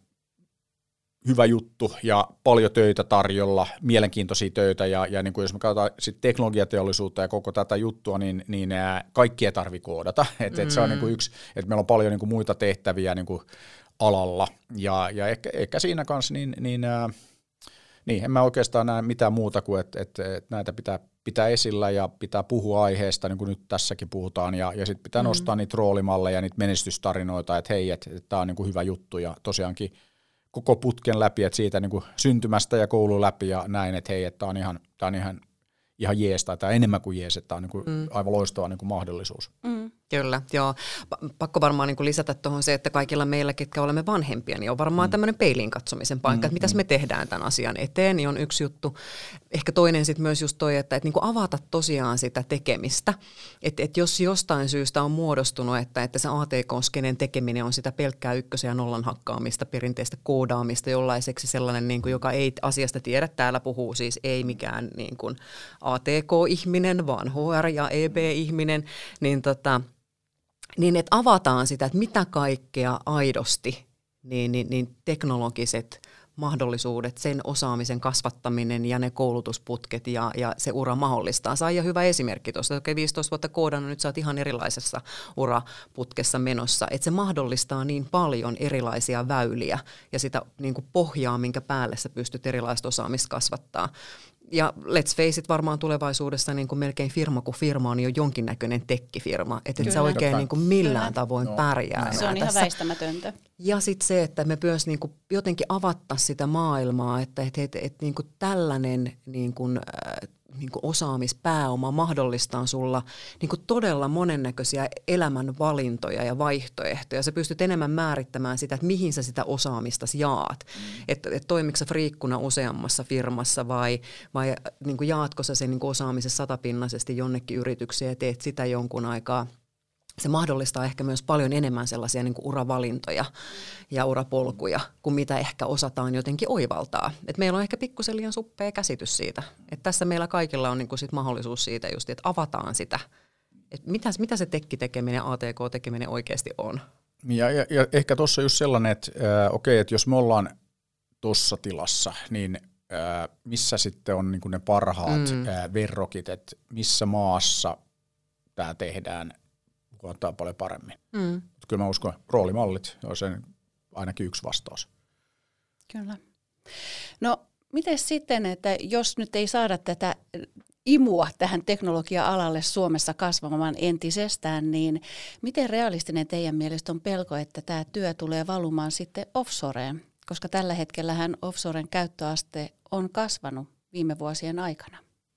hyvä juttu ja paljon töitä tarjolla, mielenkiintoisia töitä, ja, ja niin kuin jos me katsotaan sit teknologiateollisuutta ja koko tätä juttua, niin, niin ää, kaikki ei tarvitse koodata. Et, mm. et se on niin kuin yksi, että meillä on paljon niin kuin muita tehtäviä niin kuin alalla, ja, ja ehkä, ehkä siinä kanssa, niin, niin, ää, niin en mä oikeastaan näe mitään muuta kuin, että et, et näitä pitää pitää esillä ja pitää puhua aiheesta, niin kuin nyt tässäkin puhutaan, ja, ja sitten pitää mm. nostaa niitä roolimalleja, niitä menestystarinoita, että hei, että et tämä on niin kuin hyvä juttu, ja tosiaankin koko putken läpi, että siitä niin kuin syntymästä ja koulun läpi ja näin, että hei, että tämä on ihan, tämä on ihan, ihan jees, tai tämä on enemmän kuin jees, että tämä on niin kuin mm. aivan loistava niin kuin mahdollisuus. Mm. Kyllä, joo. Pakko varmaan niin kuin lisätä tuohon se, että kaikilla meillä, ketkä olemme vanhempia, niin on varmaan mm. tämmöinen peiliin katsomisen paikka, mm. että mitäs me tehdään tämän asian eteen, niin on yksi juttu. Ehkä toinen sitten myös just toi, että, että niin kuin avata tosiaan sitä tekemistä. Että, että jos jostain syystä on muodostunut, että, että se A T K-skenen tekeminen on sitä pelkkää ykkösen ja nollan hakkaamista, perinteistä koodaamista, jollaiseksi sellainen, niin kuin, joka ei asiasta tiedä, täällä puhuu siis ei mikään niin kuin A T K-ihminen, vaan H R- ja E B-ihminen, niin tota, niin että avataan sitä, että mitä kaikkea aidosti niin, niin, niin teknologiset mahdollisuudet, sen osaamisen kasvattaminen ja ne koulutusputket ja, ja se ura mahdollistaa. Saija hyvä esimerkki tuosta, että viisitoista vuotta koodannut, nyt sä oot ihan erilaisessa uraputkessa menossa, että se mahdollistaa niin paljon erilaisia väyliä ja sitä niin kuin pohjaa, minkä päälle sä pystyt erilaista osaamista kasvattaa. Ja let's face it, varmaan tulevaisuudessa niin kuin melkein firma kuin firma on jo jonkinnäköinen tekkifirma, että et sä oikein niin kuin millään Kyllä. tavoin no. pärjää. Se on ihan tässä. Väistämätöntä. Ja sitten se, että me myös niin kuin jotenkin avattaisiin sitä maailmaa, että et, et, et, niin kuin tällainen niin kuin, äh, niin kuin osaamispääoma mahdollistaa sulla niin kuin todella monennäköisiä elämän valintoja ja vaihtoehtoja. Sä pystyt enemmän määrittämään sitä, että mihin sä sitä osaamista jaat. Mm. Että et toimitko sä friikkuna useammassa firmassa vai, vai niin kuin jaatko sä sen niin kuin osaamisen satapinnaisesti jonnekin yritykseen ja teet sitä jonkun aikaa. Se mahdollistaa ehkä myös paljon enemmän sellaisia niin kuin uravalintoja ja urapolkuja, kuin mitä ehkä osataan jotenkin oivaltaa. Et meillä on ehkä pikkusen liian suppea käsitys siitä. Et tässä meillä kaikilla on niin kuin sit mahdollisuus siitä just, että avataan sitä, että mitä, mitä se tekkitekeminen, A T K-tekeminen oikeasti on. Ja, ja, ja ehkä tuossa just sellainen, että äh, okei, että jos me ollaan tuossa tilassa, niin äh, missä sitten on niin kuin ne parhaat mm. äh, verrokit, että missä maassa tämä tehdään huomataan paljon paremmin. Mm. Kyllä mä uskon, roolimallit on sen ainakin yksi vastaus. Kyllä. No, miten sitten, että jos nyt ei saada tätä imua tähän teknologia-alalle Suomessa kasvamaan entisestään, niin miten realistinen teidän mielestä on pelko, että tämä työ tulee valumaan sitten offshoreen? Koska tällä hetkellähän offshoren käyttöaste on kasvanut viime vuosien aikana.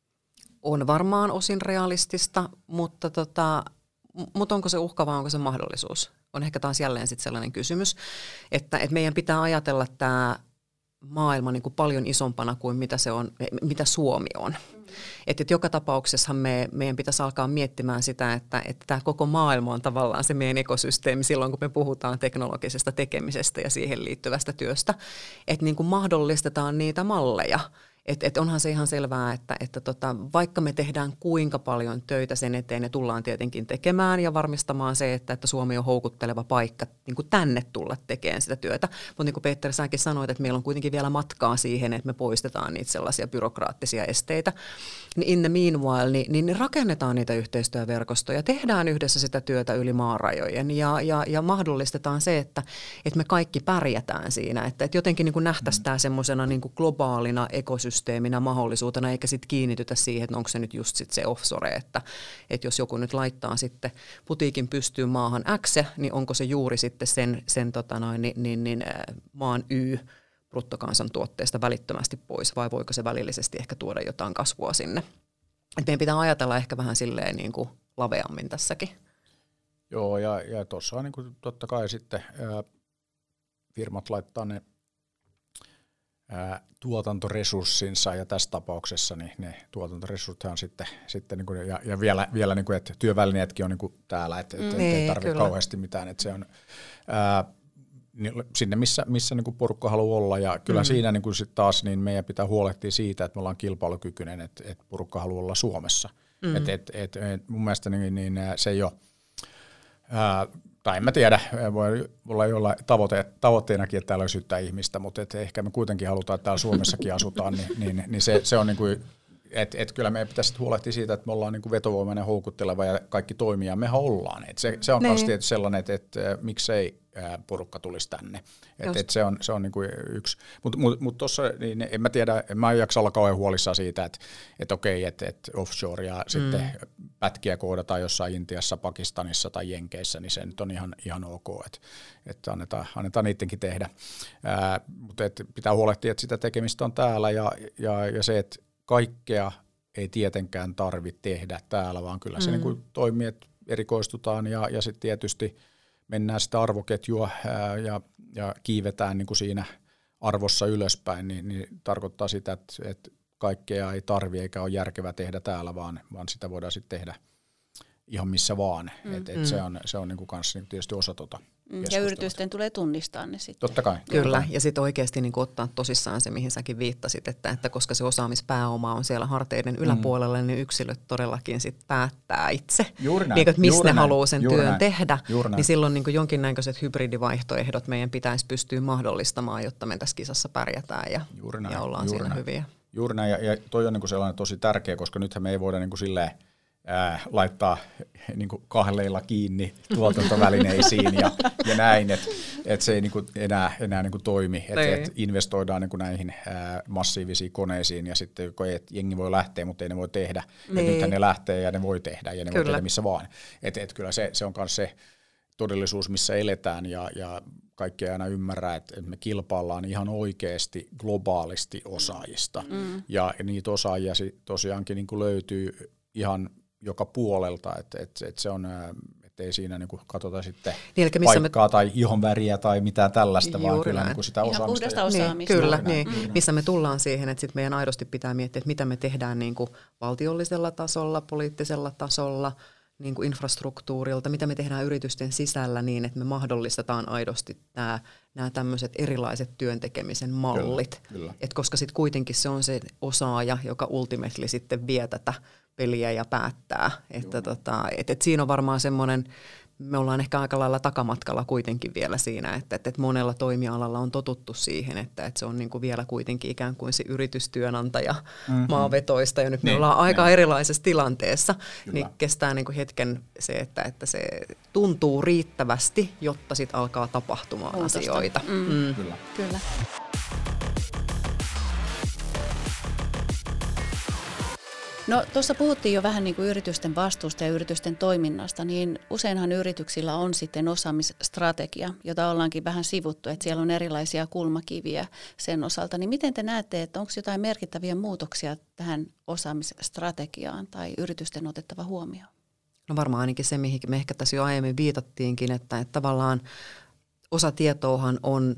On varmaan osin realistista, mutta tota... Mutta onko se uhka vai onko se mahdollisuus? On ehkä taas jälleen sit sellainen kysymys, että, että meidän pitää ajatella tämä maailma niin kuin paljon isompana kuin mitä, se on, mitä Suomi on. Mm. Että et joka tapauksessa me, meidän pitäisi alkaa miettimään sitä, että, että tämä koko maailma on tavallaan se meidän ekosysteemi silloin, kun me puhutaan teknologisesta tekemisestä ja siihen liittyvästä työstä. Että niin kuin mahdollistetaan niitä malleja. Että et onhan se ihan selvää, että, että tota, vaikka me tehdään kuinka paljon töitä sen eteen, ne tullaan tietenkin tekemään ja varmistamaan se, että, että Suomi on houkutteleva paikka niin kuin tänne tulla tekemään sitä työtä. Mutta niin kuin Peter, säkin sanoit, että meillä on kuitenkin vielä matkaa siihen, että me poistetaan niitä sellaisia byrokraattisia esteitä. In the meanwhile, niin, niin rakennetaan niitä yhteistyöverkostoja, tehdään yhdessä sitä työtä yli maarajojen ja, ja, ja mahdollistetaan se, että, että me kaikki pärjätään siinä. Että, että jotenkin niin kuin nähtäisiin tämä semmoisena niin kuin globaalina ekosysteeminä, systeeminä mahdollisuutena, eikä sitten kiinnitytä siihen, että onko se nyt just sit se offshore, että, että jos joku nyt laittaa sitten putiikin pystyyn maahan X, niin onko se juuri sitten sen, sen tota noin, niin, niin, niin, maan Y bruttokansantuotteesta välittömästi pois, vai voiko se välillisesti ehkä tuoda jotain kasvua sinne. Et meidän pitää ajatella ehkä vähän silleen niin kuin laveammin tässäkin. Joo, ja, ja tuossa on niin kuin totta kai sitten ää, firmat laittaa ne tuotantoresurssinsa, ja tässä tapauksessa niin ne tuotantoresurssit on sitten, sitten niin kuin, ja, ja vielä, vielä niin kuin, että työvälineetkin on niin kuin täällä, että, että nee, ei tarvitse kyllä. kauheasti mitään, että se on ää, sinne, missä, missä niin kuin porukka haluaa olla, ja kyllä mm. siinä niin kuin sit taas niin meidän pitää huolehtia siitä, että me ollaan kilpailukykyinen, että, että porukka haluaa olla Suomessa. Mm. Et, et, et, et, mun mielestä niin, niin se ei ole, ää, tai en mä tiedä, voi olla jollain tavoite, tavoitteenakin, että täällä olisi yhtä ihmistä, mutta et ehkä me kuitenkin halutaan, että täällä Suomessakin asutaan, niin, niin, niin se, se on niin kuin, että et kyllä meidän pitäisi huolehtia siitä, että me ollaan niin kuin vetovoimainen, houkutteleva ja kaikki toimia, mehän ollaan. Et se, se on myös tietysti sellainen, että et, miksei porukka tulisi tänne. Et, et se on, se on niin kuin yksi. Mutta mut, mut tuossa, niin en mä tiedä, en mä jaksa olla kauhean huolissaan siitä, että et okei, että et offshore ja mm. sitten pätkiä koodataan jossain Intiassa, Pakistanissa tai Jenkeissä, niin se nyt on ihan, ihan ok, että et annetaan, annetaan niidenkin tehdä. Ää, mutta et pitää huolehtia, että sitä tekemistä on täällä ja, ja, ja se, että kaikkea ei tietenkään tarvitse tehdä täällä, vaan kyllä se mm. niin kuin toimii, että erikoistutaan ja, ja sitten tietysti mennään sitä arvoketjua ää, ja, ja kiivetään niin kuin siinä arvossa ylöspäin, niin, niin tarkoittaa sitä, että, että kaikkea ei tarvitse eikä ole järkevää tehdä täällä, vaan, vaan sitä voidaan sitten tehdä ihan missä vaan. Mm. Et, et mm. Se on, se on niin kuin kanssa niin tietysti osa tuota ja yritysten tulee tunnistaa ne sitten. Totta kai. Kyllä, totta. Ja sitten oikeasti niin kuin ottaa tosissaan se, mihin säkin viittasit, että, että koska se osaamispääoma on siellä harteiden mm. yläpuolella, niin yksilöt todellakin sit päättää itse, juuri näin, niin, että mistä juuri ne haluaa sen juuri työn näin, tehdä. Niin silloin niin kuin jonkinnäköiset hybridivaihtoehdot meidän pitäisi pystyä mahdollistamaan, jotta me tässä kisassa pärjätään ja, ja ollaan siinä näin. hyviä. Juuri näin, ja, ja toi on niin kuin sellainen tosi tärkeä, koska nythän me ei voida niin kuin silleen, Ää, laittaa niin kuin kahleilla kiinni tuotantovälineisiin ja, ja näin, että et se ei niin kuin enää, enää niin kuin toimi, että et investoidaan niin kuin näihin ää, massiivisiin koneisiin ja sitten et jengi voi lähteä, mutta ei ne voi tehdä. Niin. Nythän ne lähtee ja ne voi tehdä ja ne kyllä. voi tehdä missä vaan. Et, et kyllä se, se on myös se todellisuus, missä eletään ja, ja kaikki ei aina ymmärrä, että me kilpaillaan ihan oikeasti globaalisti osaajista mm. ja niitä osaajia tosiaankin niin kuin löytyy ihan joka puolelta, että et, et se on, ettei siinä niinku katsota sitten niin, paikkaa me tai ihonväriä tai mitään tällaista, juuri vaan kyllä niinku sitä osaamista. Ihan puhdasta osaamista. Niin, kyllä, niin, mm. missä me tullaan siihen, että sit meidän aidosti pitää miettiä, että mitä me tehdään niinku valtiollisella tasolla, poliittisella tasolla, niinku infrastruktuurilta, mitä me tehdään yritysten sisällä niin, että me mahdollistetaan aidosti nämä nämä tämmöiset erilaiset työntekemisen mallit. Kyllä, kyllä. Et koska sitten kuitenkin se on se osaaja, joka ultimately sitten vie tätä peliä ja päättää. Että tota, et, et siinä on varmaan semmoinen, me ollaan ehkä aika lailla takamatkalla kuitenkin vielä siinä, että, että monella toimialalla on totuttu siihen, että, että se on niin kuin vielä kuitenkin ikään kuin se yritystyönantaja mm-hmm. maavetoista, ja nyt niin, me ollaan aika niin. erilaisessa tilanteessa, Kyllä. niin kestää niin kuin hetken se, että, että se tuntuu riittävästi, jotta sitten alkaa tapahtumaan Muutosta. asioita. Mm. Mm. Kyllä. Kyllä. No tuossa puhuttiin jo vähän niin kuin yritysten vastuusta ja yritysten toiminnasta, niin useinhan yrityksillä on sitten osaamisstrategia, jota ollaankin vähän sivuttu, että siellä on erilaisia kulmakiviä sen osalta. Niin miten te näette, että onko jotain merkittäviä muutoksia tähän osaamisstrategiaan tai yritysten otettava huomioon? No varmaan ainakin se, mihin me ehkä tässä jo aiemmin viitattiinkin, että, että tavallaan osa tietoahan on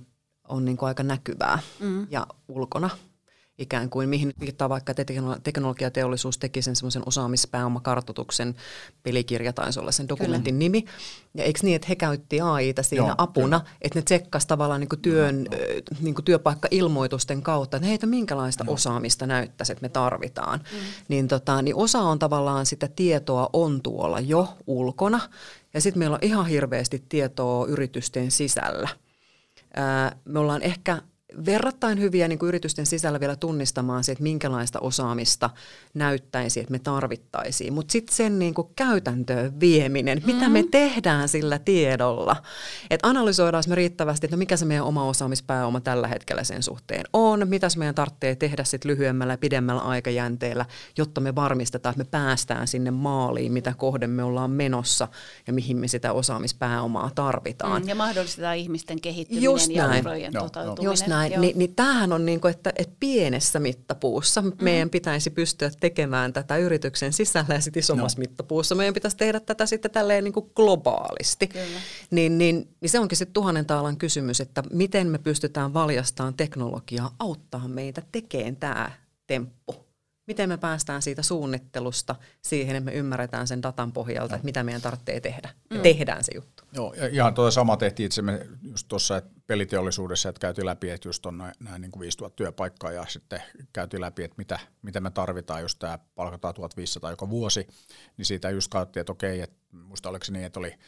on niin kuin aika näkyvää mm. ja ulkona. Ikään kuin, mihin nyt viittaa vaikka, että teknologiateollisuus teki sen semmoisen osaamispääomakartoituksen, pelikirja taisi olla sen dokumentin Kyllä. nimi. Ja eikö niin, että he käytti A I:tä siinä Joo, apuna, kyllä. että ne tsekkasi tavallaan niin kuin työn, no, no. Niin kuin työpaikka-ilmoitusten kautta, että heitä minkälaista no. osaamista näyttäisi, että me tarvitaan. Mm. Niin, tota, niin osa on tavallaan sitä tietoa on tuolla jo ulkona, ja sitten meillä on ihan hirveästi tietoa yritysten sisällä. Ää, me ollaan ehkä verrattain hyviä niin kuin yritysten sisällä vielä tunnistamaan se, että minkälaista osaamista näyttäisi, että me tarvittaisiin. Mutta sitten sen niin kuin käytäntöön vieminen, mm-hmm. mitä me tehdään sillä tiedolla. Että analysoidaan me riittävästi, että no mikä se meidän oma osaamispääoma tällä hetkellä sen suhteen on, mitä meidän tarvitsee tehdä sit lyhyemmällä ja pidemmällä aikajänteellä, jotta me varmistetaan, että me päästään sinne maaliin, mitä kohden me ollaan menossa ja mihin me sitä osaamispääomaa tarvitaan. Mm, ja mahdollistetaan ihmisten kehittyminen Just ja näin. urojen no, toteutuminen. Just näin. Ni, niin tämähän on niin kuin, että, että pienessä mittapuussa mm. meidän pitäisi pystyä tekemään tätä yrityksen sisällä ja sitten isommassa no. mittapuussa meidän pitäisi tehdä tätä sitten tälleen niin kuin globaalisti. Niin, niin, niin se onkin sitten tuhannen taalan kysymys, että miten me pystytään valjastamaan teknologiaa auttaa meitä tekemään tämä temppu. Miten me päästään siitä suunnittelusta siihen, että me ymmärretään sen datan pohjalta, no. että mitä meidän tarvitsee tehdä. Ja mm. tehdään se juttu. Joo, ja ihan tuo sama tehtiin itse me just tuossa peliteollisuudessa, että käytiin läpi, että just on nämä niin kuin viisituhatta työpaikkaa ja sitten käytiin läpi, että mitä, mitä me tarvitaan, jos tämä palkataan tuhatviisisataa joka vuosi, niin siitä just katsottiin, että okei, että muista oliko se niin, että oli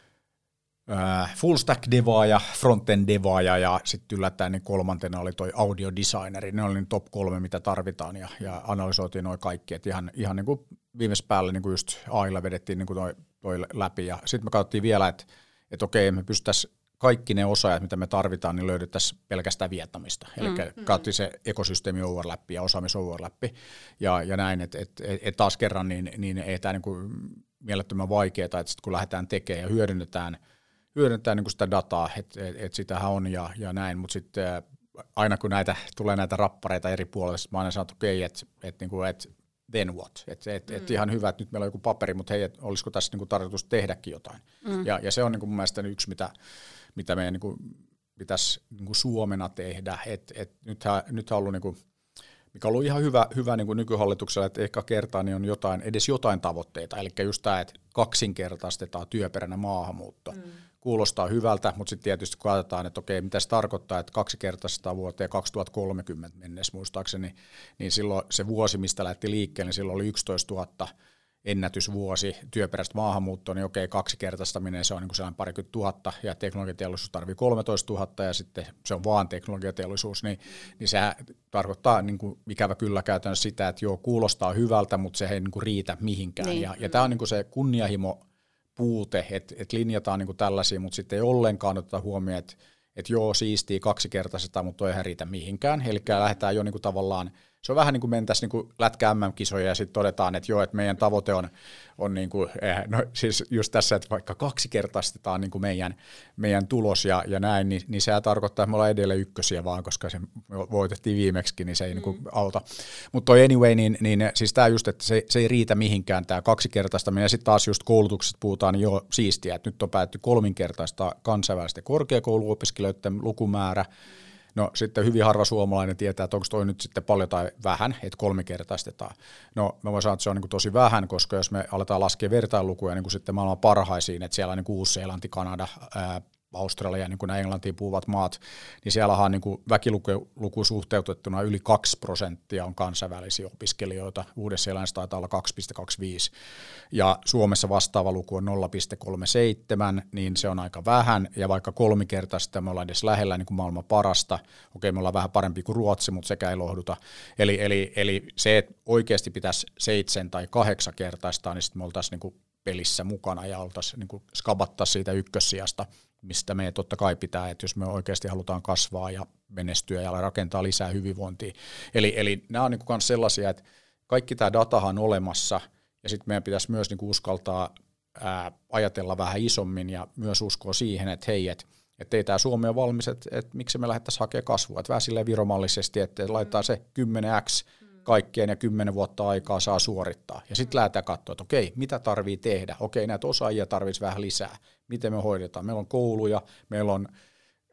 full stack devaaja, frontend devaaja ja sitten yllättäen niin kolmantena oli toi audio designeri. Ne oli niin top kolme, mitä tarvitaan ja, ja analysoitiin noin kaikki. Et ihan ihan niin kuin viimeis päälle niin kuin just A I:lla vedettiin niin kuin toi, toi läpi ja sitten me katsottiin vielä, että et okei, me pystyttäisiin kaikki ne osaajat, mitä me tarvitaan, niin löydettäisiin pelkästään Vietnamista. Eli mm. katsottiin se ekosysteemi overlap ja osaamis overlap ja, ja näin, että et, et, et taas kerran niin, niin ei tämä niin kuin mielettömän vaikeaa, että sitten kun lähdetään tekemään ja hyödynnetään hyödyntää niin sitä dataa, että et, et sitähän on ja, ja näin, mutta sitten aina kun näitä, tulee näitä rappareita eri puolilla, mä aina sanon, että okei, okay, että et, niinku, et, then what? Että et, mm. et ihan hyvä, että nyt meillä on joku paperi, mutta hei, et, olisiko tässä niinku tarkoitus tehdäkin jotain. Mm. Ja, ja se on niinku mun mielestä yksi, mitä, mitä meidän niinku pitäisi niinku Suomena tehdä. Et, et nythän, nythän on ollut, niinku, mikä on ollut ihan hyvä, hyvä niinku nykyhallituksella, että ehkä kertaa niin on jotain, edes jotain tavoitteita. Eli just tämä, että kaksinkertaistetaan työperäinen maahanmuutto. Mm. Kuulostaa hyvältä, mutta sitten tietysti kun ajatellaan, että okei, mitä se tarkoittaa, että kaksikertaisesta vuoteen kaksituhattakolmekymmentä mennessä muistaakseni, niin silloin se vuosi, mistä lähti liikkeelle, niin silloin oli yksitoistatuhatta ennätysvuosi työperäistä maahanmuuttoa, niin okei, kaksikertaistaminen se on niin kuin sellainen parikymmentä tuhatta, ja teknologiateollisuus tarvii kolmetoistatuhatta, ja sitten se on vaan teknologiateollisuus, niin, niin se tarkoittaa niin kuin ikävä kyllä käytännössä sitä, että joo, kuulostaa hyvältä, mutta se ei niin kuin riitä mihinkään, niin. ja, ja tämä on niin kuin se kunnianhimo puute, että et linjataan niinku tällaisia, mutta sitten ei ollenkaan oteta huomioon, että et joo, siistiä kaksikertaisesta, mutta toi ei riitä mihinkään. Eli lähdetään jo niinku tavallaan, se on vähän niin kuin mentäisiin niinku lätkä M M-kisoja ja sitten todetaan, että joo, että meidän tavoite on, on niinku, no siis just tässä, että vaikka kaksikertaistetaan niinku meidän, meidän tulos ja, ja näin, niin, niin sehän tarkoittaa, että me ollaan edelleen ykkösiä vaan, koska se voitettiin viimeksikin, niin se ei mm. niinku auta. Mutta toi anyway, niin, niin siis tämä just, että se, se ei riitä mihinkään tämä kaksikertaistaminen ja sitten taas just koulutuksesta puhutaan, niin joo, siistiä, että nyt on päätty kolminkertaista kansainvälisten korkeakouluopiskelijoiden lukumäärä. No sitten hyvin harva suomalainen tietää, että onko toi nyt sitten paljon tai vähän, että kolmikertaistetaan. No mä voin sanoa, että se on niin kuin tosi vähän, koska jos me aletaan laskea vertailukuja niin kuin sitten maailman parhaisiin, että siellä on niin kuin Uusi-Seelanti, Kanada, ää, Australia, niin kuin nämä Englantiin puhuvat maat, niin siellä on niin kuin väkiluku suhteutettuna yli kaksi prosenttia on kansainvälisiä opiskelijoita. Uudessa-Seelannissa taitaa olla kaksi pilkku kaksikymmentäviisi. Ja Suomessa vastaava luku on nolla pilkku kolmekymmentäseitsemän, niin se on aika vähän. Ja vaikka kolmikertaista me ollaan edes lähellä niin kuin maailman parasta. Okei, me ollaan vähän parempi kuin Ruotsi, mutta sekä ei lohduta. Eli, eli, eli se, että oikeasti pitäisi seitsemän tai kahdeksan kertaistaa, niin sitten me oltaisiin niin kuin pelissä mukana ja oltaisiin niin kuin skabattaa siitä ykkössijasta, mistä me totta kai pitää, että jos me oikeasti halutaan kasvaa ja menestyä ja rakentaa lisää hyvinvointia. Eli, eli nämä on niin kuin myös sellaisia, että kaikki tämä datahan on olemassa ja sitten meidän pitäisi myös niin kuin uskaltaa ää, ajatella vähän isommin ja myös uskoa siihen, että hei, että että ei tämä Suomi ole valmis, että, että miksi me lähdettäisiin hakemaan kasvua. Että vähän silleen viromallisesti, että laitetaan se kymmenen x kaikkeen ja kymmenen vuotta aikaa saa suorittaa. Ja sitten lähdetään katsoa, että okei, mitä tarvii tehdä? Okei, näitä osaajia tarvitsisi vähän lisää. Miten me hoidetaan? Meillä on kouluja, meillä on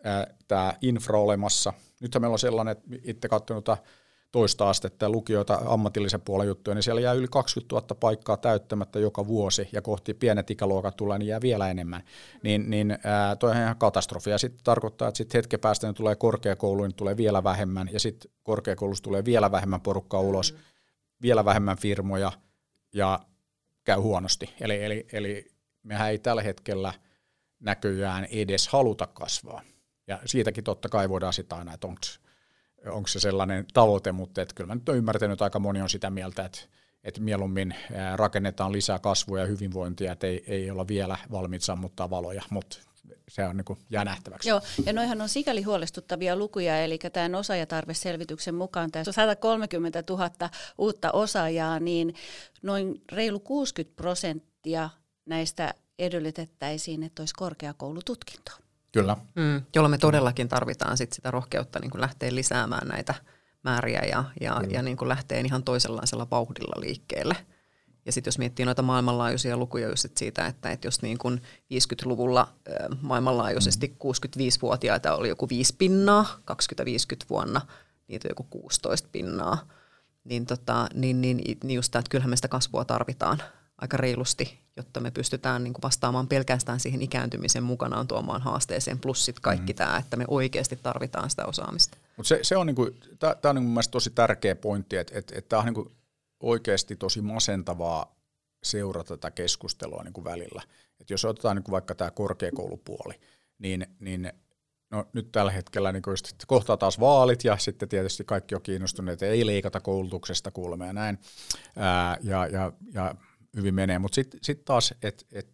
tämä infra olemassa. Nythän meillä on sellainen, että itse katsonut toista astetta ja lukioita ammatillisen puolen juttuja, niin siellä jää yli kaksikymmentätuhatta paikkaa täyttämättä joka vuosi, ja kohti pienet ikäluokat tulee, niin jää vielä enemmän. Niin, niin toi on ihan katastrofi, ja sitten tarkoittaa, että sitten hetken päästä ne tulee korkeakouluun, niin tulee vielä vähemmän, ja sitten korkeakoulussa tulee vielä vähemmän porukkaa ulos, mm. vielä vähemmän firmoja, ja käy huonosti. Eli, eli, eli mehän ei tällä hetkellä näköjään edes haluta kasvaa. Ja siitäkin totta kai voidaan sitä aina, että onko se sellainen tavoite, mutta et kyllä mä nyt olen ymmärtänyt, että aika moni on sitä mieltä, että, että mieluummin rakennetaan lisää kasvua ja hyvinvointia, että ei, ei olla vielä valmiit sammuttaa valoja, mutta se on niin kuin jää nähtäväksi. Joo, ja noihan on sikäli huolestuttavia lukuja, eli tämän osaajatarveselvityksen mukaan tässä sata kolmekymmentätuhatta uutta osaajaa, niin noin reilu kuusikymmentä prosenttia näistä edellytettäisiin, että olisi korkeakoulututkinto. Kyllä. Mm, jolla me todellakin tarvitaan sit sitä rohkeutta niin kuin lähteä lisäämään näitä määriä ja, ja, ja niin kuin lähteä ihan toisenlaisella vauhdilla liikkeelle. Ja sitten jos miettii noita maailmanlaajuisia lukuja just siitä, että, että jos niin kuin viisikymmentäluvulla äh, maailmanlaajuisesti mm. kuusikymmentäviisivuotiaita oli joku viisi pinnaa, kaksituhattaviisikymmentä vuonna niitä on joku kuusitoista pinnaa, niin, tota, niin, niin, niin just tämä, että kyllähän me sitä kasvua tarvitaan aika reilusti, jotta me pystytään niin kuin vastaamaan pelkästään siihen ikääntymisen mukanaan tuomaan haasteeseen, plus sitten kaikki mm. tämä, että me oikeasti tarvitaan sitä osaamista. Mutta se, se on, niinku, tämä on niinku mun mielestä tosi tärkeä pointti, että et, et tämä on niinku oikeasti tosi masentavaa seurata tätä keskustelua niinku välillä. Et jos otetaan niinku vaikka tämä korkeakoulupuoli, niin, niin no, nyt tällä hetkellä niinku just, kohtaa taas vaalit ja sitten tietysti kaikki on kiinnostuneet, että ei leikata koulutuksesta kuulemma ja näin. Ää, ja, ja, ja hyvin menee, mutta sitten sit taas, että et,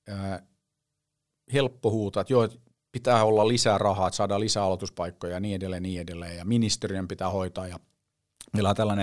helppo huutaa, että joo, pitää olla lisää rahaa, että saadaan lisää aloituspaikkoja ja niin edelleen, niin edelleen, ja ministeriön pitää hoitaa, ja meillä on tällainen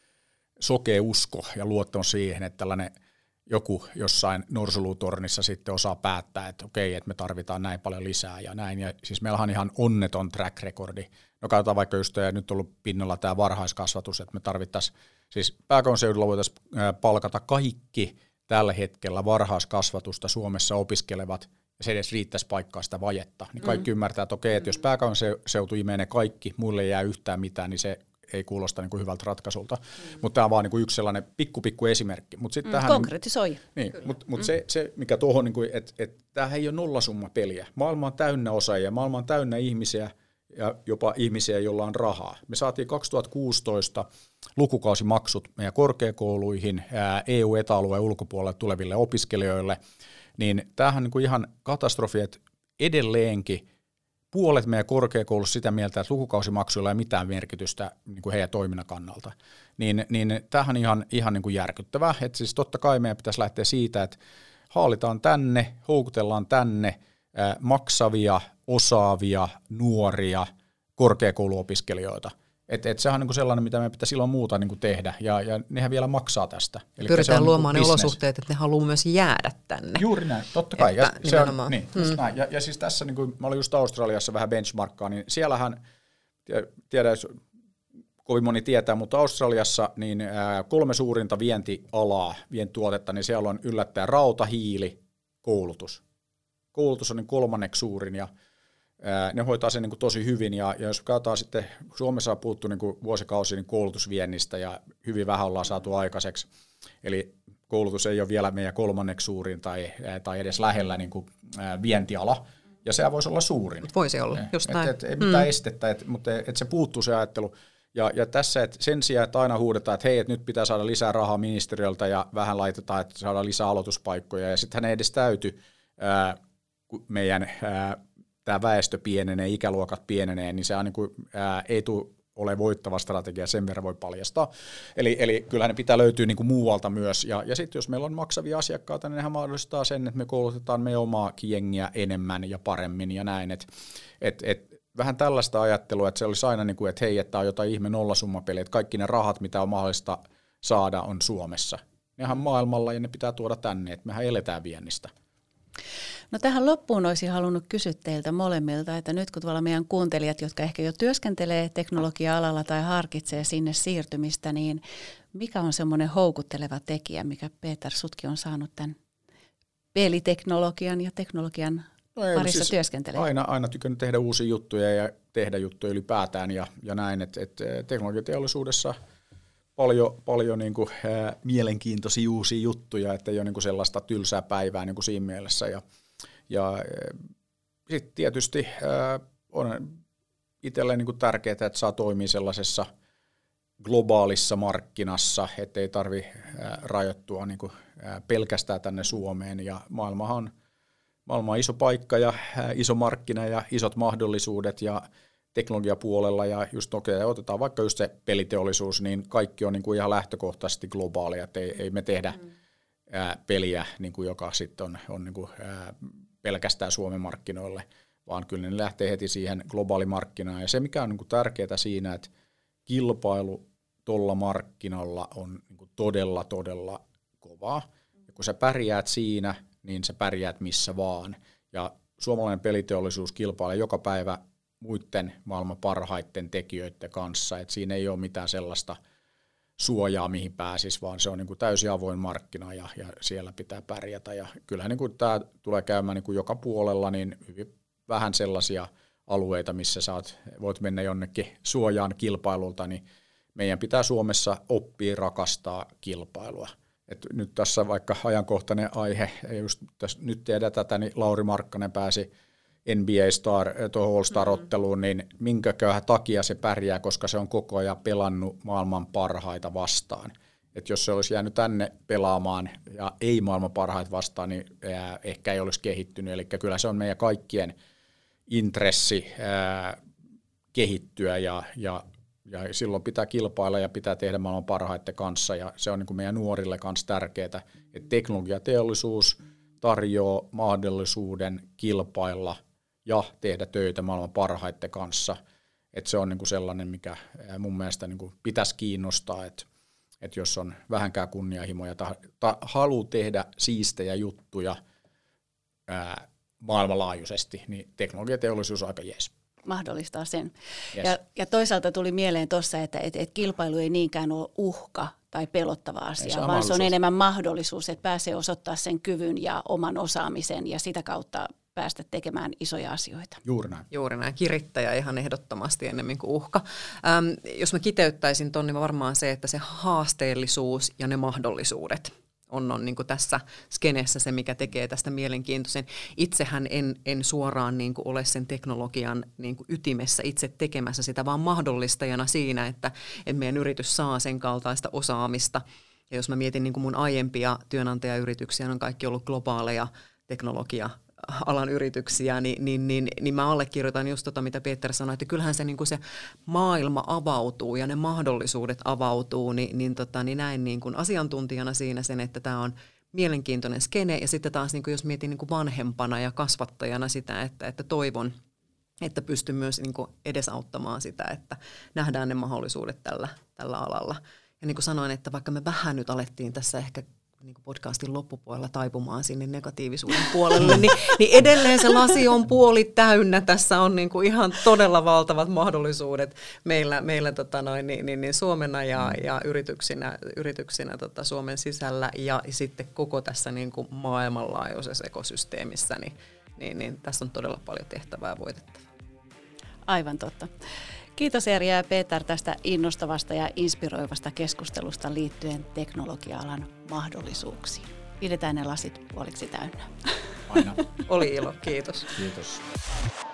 sokea usko ja luottamus siihen, että tällainen joku jossain norsulutornissa sitten osaa päättää, että okei, että me tarvitaan näin paljon lisää ja näin, ja siis meillä on ihan onneton track recordi. No katsotaan vaikka just, ja nyt on ollut pinnalla tämä varhaiskasvatus, että me tarvittaisiin, siis pääkaupunkiseudulla voitaisiin palkata kaikki tällä hetkellä varhaiskasvatusta Suomessa opiskelevat, ja se edes riittäisi paikkaa sitä vajetta. Niin kaikki mm. ymmärtää, että okei, että jos pääkaupunkiseutu imee ne kaikki, muille ei jää yhtään mitään, niin se ei kuulosta niin kuin hyvältä ratkaisulta. Mm. Mutta tämä on vaan niin kuin yksi sellainen pikku, pikku esimerkki. Mut sit mm, tähän, konkretisoi. Niin, mutta mut mm. se, se, mikä tuohon, niin että et, tämähän ei ole nollasumma peliä. Maailma on täynnä osaajia, maailma on täynnä ihmisiä, ja jopa ihmisiä, joilla on rahaa. Me saatiin kaksituhattakuusitoista lukukausimaksut meidän korkeakouluihin, E U-etäalueen ulkopuolelle tuleville opiskelijoille, niin tämähän on niin kuin ihan katastrofi, että edelleenkin puolet meidän korkeakoulussa sitä mieltä, että lukukausimaksuilla ei mitään merkitystä niin kuin heidän toiminnan kannalta. Niin, niin tämähän on ihan, ihan niin kuin järkyttävää, että siis totta kai meidän pitäisi lähteä siitä, että haalitaan tänne, houkutellaan tänne äh, maksavia, osaavia, nuoria korkeakouluopiskelijoita. Että et sehän on niinku sellainen, mitä meidän pitäisi ilman muuta niinku tehdä, ja, ja nehän vielä maksaa tästä. Elikkä pyritään luomaan niinku ne olosuhteet, että ne haluaa myös jäädä tänne. Juuri näin, totta kai. Ja, se on, niin, mm. näin. Ja, ja siis tässä, niinku, mä olin just Australiassa vähän benchmarkkaa, niin siellähän, tiedä, jos kovin moni tietää, mutta Australiassa niin ää, kolme suurinta vientialaa, vientituotetta, niin siellä on yllättäen rauta, hiili, koulutus. Koulutus on niin kolmanneksi suurin, ja ää, ne hoitaa sen niin kuin tosi hyvin, ja, ja jos katsotaan sitten, Suomessa on puhuttu niin kuin vuosikausia niin koulutusviennistä, ja hyvin vähän ollaan saatu aikaiseksi, eli koulutus ei ole vielä meidän kolmanneksi suurin tai, tai edes lähellä niin kuin, ää, vientiala, ja sehän voisi olla suurin. Voisi olla, just näin. Et, et, ei mitään mm. estettä, et, mutta et se puuttuu se ajattelu. Ja, ja tässä et sen sijaan, että aina huudetaan, että hei, että nyt pitää saada lisää rahaa ministeriöltä ja vähän laitetaan, että saadaan lisää aloituspaikkoja, ja sittenhän ei edes täyty, ää, kun meidän tämä väestö pienenee, ikäluokat pienenee, niin se on niin kuin, ää, ei tule ole voittava strategia, sen verran voi paljastaa. Eli, eli kyllähän ne pitää löytyä niin kuin muualta myös, ja, ja sitten jos meillä on maksavia asiakkaita, niin nehän mahdollistaa sen, että me koulutetaan meidän omaa jengiä enemmän ja paremmin ja näin, että et, et, vähän tällaista ajattelua, että se olisi aina niin kuin, että hei, että on jotain ihme nollasummapeliä, että kaikki ne rahat, mitä on mahdollista saada, on Suomessa. Nehän maailmalla ja ne pitää tuoda tänne, että mehän eletään viennistä. No tähän loppuun olisin halunnut kysyä teiltä molemmilta, että nyt kun tuolla meidän kuuntelijat, jotka ehkä jo työskentelee teknologia-alalla tai harkitsee sinne siirtymistä, niin mikä on semmoinen houkutteleva tekijä, mikä Peter sutkin on saanut tämän peliteknologian ja teknologian no ei, parissa siis työskentelee? Aina, aina tykännyt tehdä uusia juttuja ja tehdä juttuja ylipäätään ja, ja näin, että et teknologiateollisuudessa paljon, paljon niin kuin, ää, mielenkiintoisia uusia juttuja, että ei ole niin kuin sellaista tylsää päivää niin kuin siinä mielessä. Ja, ja sitten tietysti ää, on itselleen niin kuin tärkeää, että saa toimia sellaisessa globaalissa markkinassa, ettei tarvitse rajoittua niin kuin, ää, pelkästään tänne Suomeen. Ja maailmahan on, maailma on iso paikka ja ää, iso markkina ja isot mahdollisuudet ja teknologiapuolella ja just okei, okay, otetaan vaikka just se peliteollisuus, niin kaikki on niin kuin ihan lähtökohtaisesti globaalia, että ei, ei me tehdä mm. ää, peliä, niin kuin joka sitten on, on niin kuin, ää, pelkästään Suomen markkinoille, vaan kyllä ne lähtee heti siihen globaalimarkkinaan. Ja se, mikä on niin kuin tärkeää siinä, että kilpailu tuolla markkinalla on niin kuin todella, todella kovaa. Ja kun sä pärjäät siinä, niin sä pärjäät missä vaan. Ja suomalainen peliteollisuus kilpailee joka päivä muiden maailman parhaiten tekijöiden kanssa, että siinä ei ole mitään sellaista suojaa, mihin pääsisi, vaan se on niin kuin täysin avoin markkina ja, ja siellä pitää pärjätä. Ja kyllähän niin kuin tämä tulee käymään niin kuin joka puolella, niin hyvin vähän sellaisia alueita, missä saat, voit mennä jonnekin suojaan kilpailulta, niin meidän pitää Suomessa oppia rakastaa kilpailua. Et nyt tässä vaikka ajankohtainen aihe, just tässä, nyt tiedetään tätä, niin Lauri Markkanen pääsi N B A-star, tuohon All-Star-otteluun, niin minkäköhän takia se pärjää, koska se on koko ajan pelannut maailman parhaita vastaan. Et jos se olisi jäänyt tänne pelaamaan ja ei maailman parhaita vastaan, niin ää, ehkä ei olisi kehittynyt. Eli kyllä se on meidän kaikkien intressi ää, kehittyä ja, ja, ja silloin pitää kilpailla ja pitää tehdä maailman parhaiden kanssa. Ja se on niin kuin meidän nuorille kanssa tärkeää, että teknologiateollisuus tarjoaa mahdollisuuden kilpailla ja tehdä töitä maailman parhaiden kanssa. Et se on niinku sellainen, mikä mun mielestä niinku pitäisi kiinnostaa, että et jos on vähänkään kunnianhimoja tai ta, haluaa tehdä siistejä juttuja ää, maailmanlaajuisesti, niin teknologiateollisuus on aika jees. Mahdollistaa sen. Yes. Ja, ja toisaalta tuli mieleen tuossa, että et, et kilpailu ei niinkään ole uhka tai pelottava asia, se vaan se on enemmän mahdollisuus, että pääsee osoittaa sen kyvyn ja oman osaamisen ja sitä kautta päästä tekemään isoja asioita. Juuri näin. Juuri näin. Kirittäjä ihan ehdottomasti enemmän kuin uhka. Ähm, jos mä kiteyttäisin ton, niin varmaan se, että se haasteellisuus ja ne mahdollisuudet on, on niin kuin tässä skeneessä se, mikä tekee tästä mielenkiintoisen. Itsehän en, en suoraan niin kuin ole sen teknologian niin kuin ytimessä itse tekemässä sitä, vaan mahdollistajana siinä, että, että meidän yritys saa sen kaltaista osaamista. Ja jos mä mietin niin kuin mun aiempia työnantajayrityksiä, ne on kaikki ollut globaaleja teknologia alan yrityksiä, niin, niin, niin, niin mä allekirjoitan just tota, mitä Peter sanoi, että kyllähän se, niin kuin se maailma avautuu ja ne mahdollisuudet avautuu, niin, niin, tota, niin näin niin kuin asiantuntijana siinä sen, että tämä on mielenkiintoinen skene, ja sitten taas niin kuin jos mietin niin kuin vanhempana ja kasvattajana sitä, että, että toivon, että pystyn myös niin kuin edesauttamaan sitä, että nähdään ne mahdollisuudet tällä, tällä alalla. Ja niin kuin sanoin, että vaikka me vähän nyt alettiin tässä ehkä niin kuin podcastin loppupuolella taipumaan sinne negatiivisuuden puolelle, niin, niin edelleen se lasi on puoli täynnä. Tässä on niin kuin ihan todella valtavat mahdollisuudet meillä, meillä tota noin, niin, niin, niin Suomena ja, ja yrityksinä, yrityksinä tota Suomen sisällä ja sitten koko tässä niin kuin maailmanlaajuisessa ekosysteemissä, niin, niin, niin tässä on todella paljon tehtävää ja voitettavaa. Aivan totta. Kiitos Erja ja Peter tästä innostavasta ja inspiroivasta keskustelusta liittyen teknologia-alan mahdollisuuksiin. Pidetään ne lasit puoliksi täynnä. Aina. Oli ilo, kiitos. Kiitos.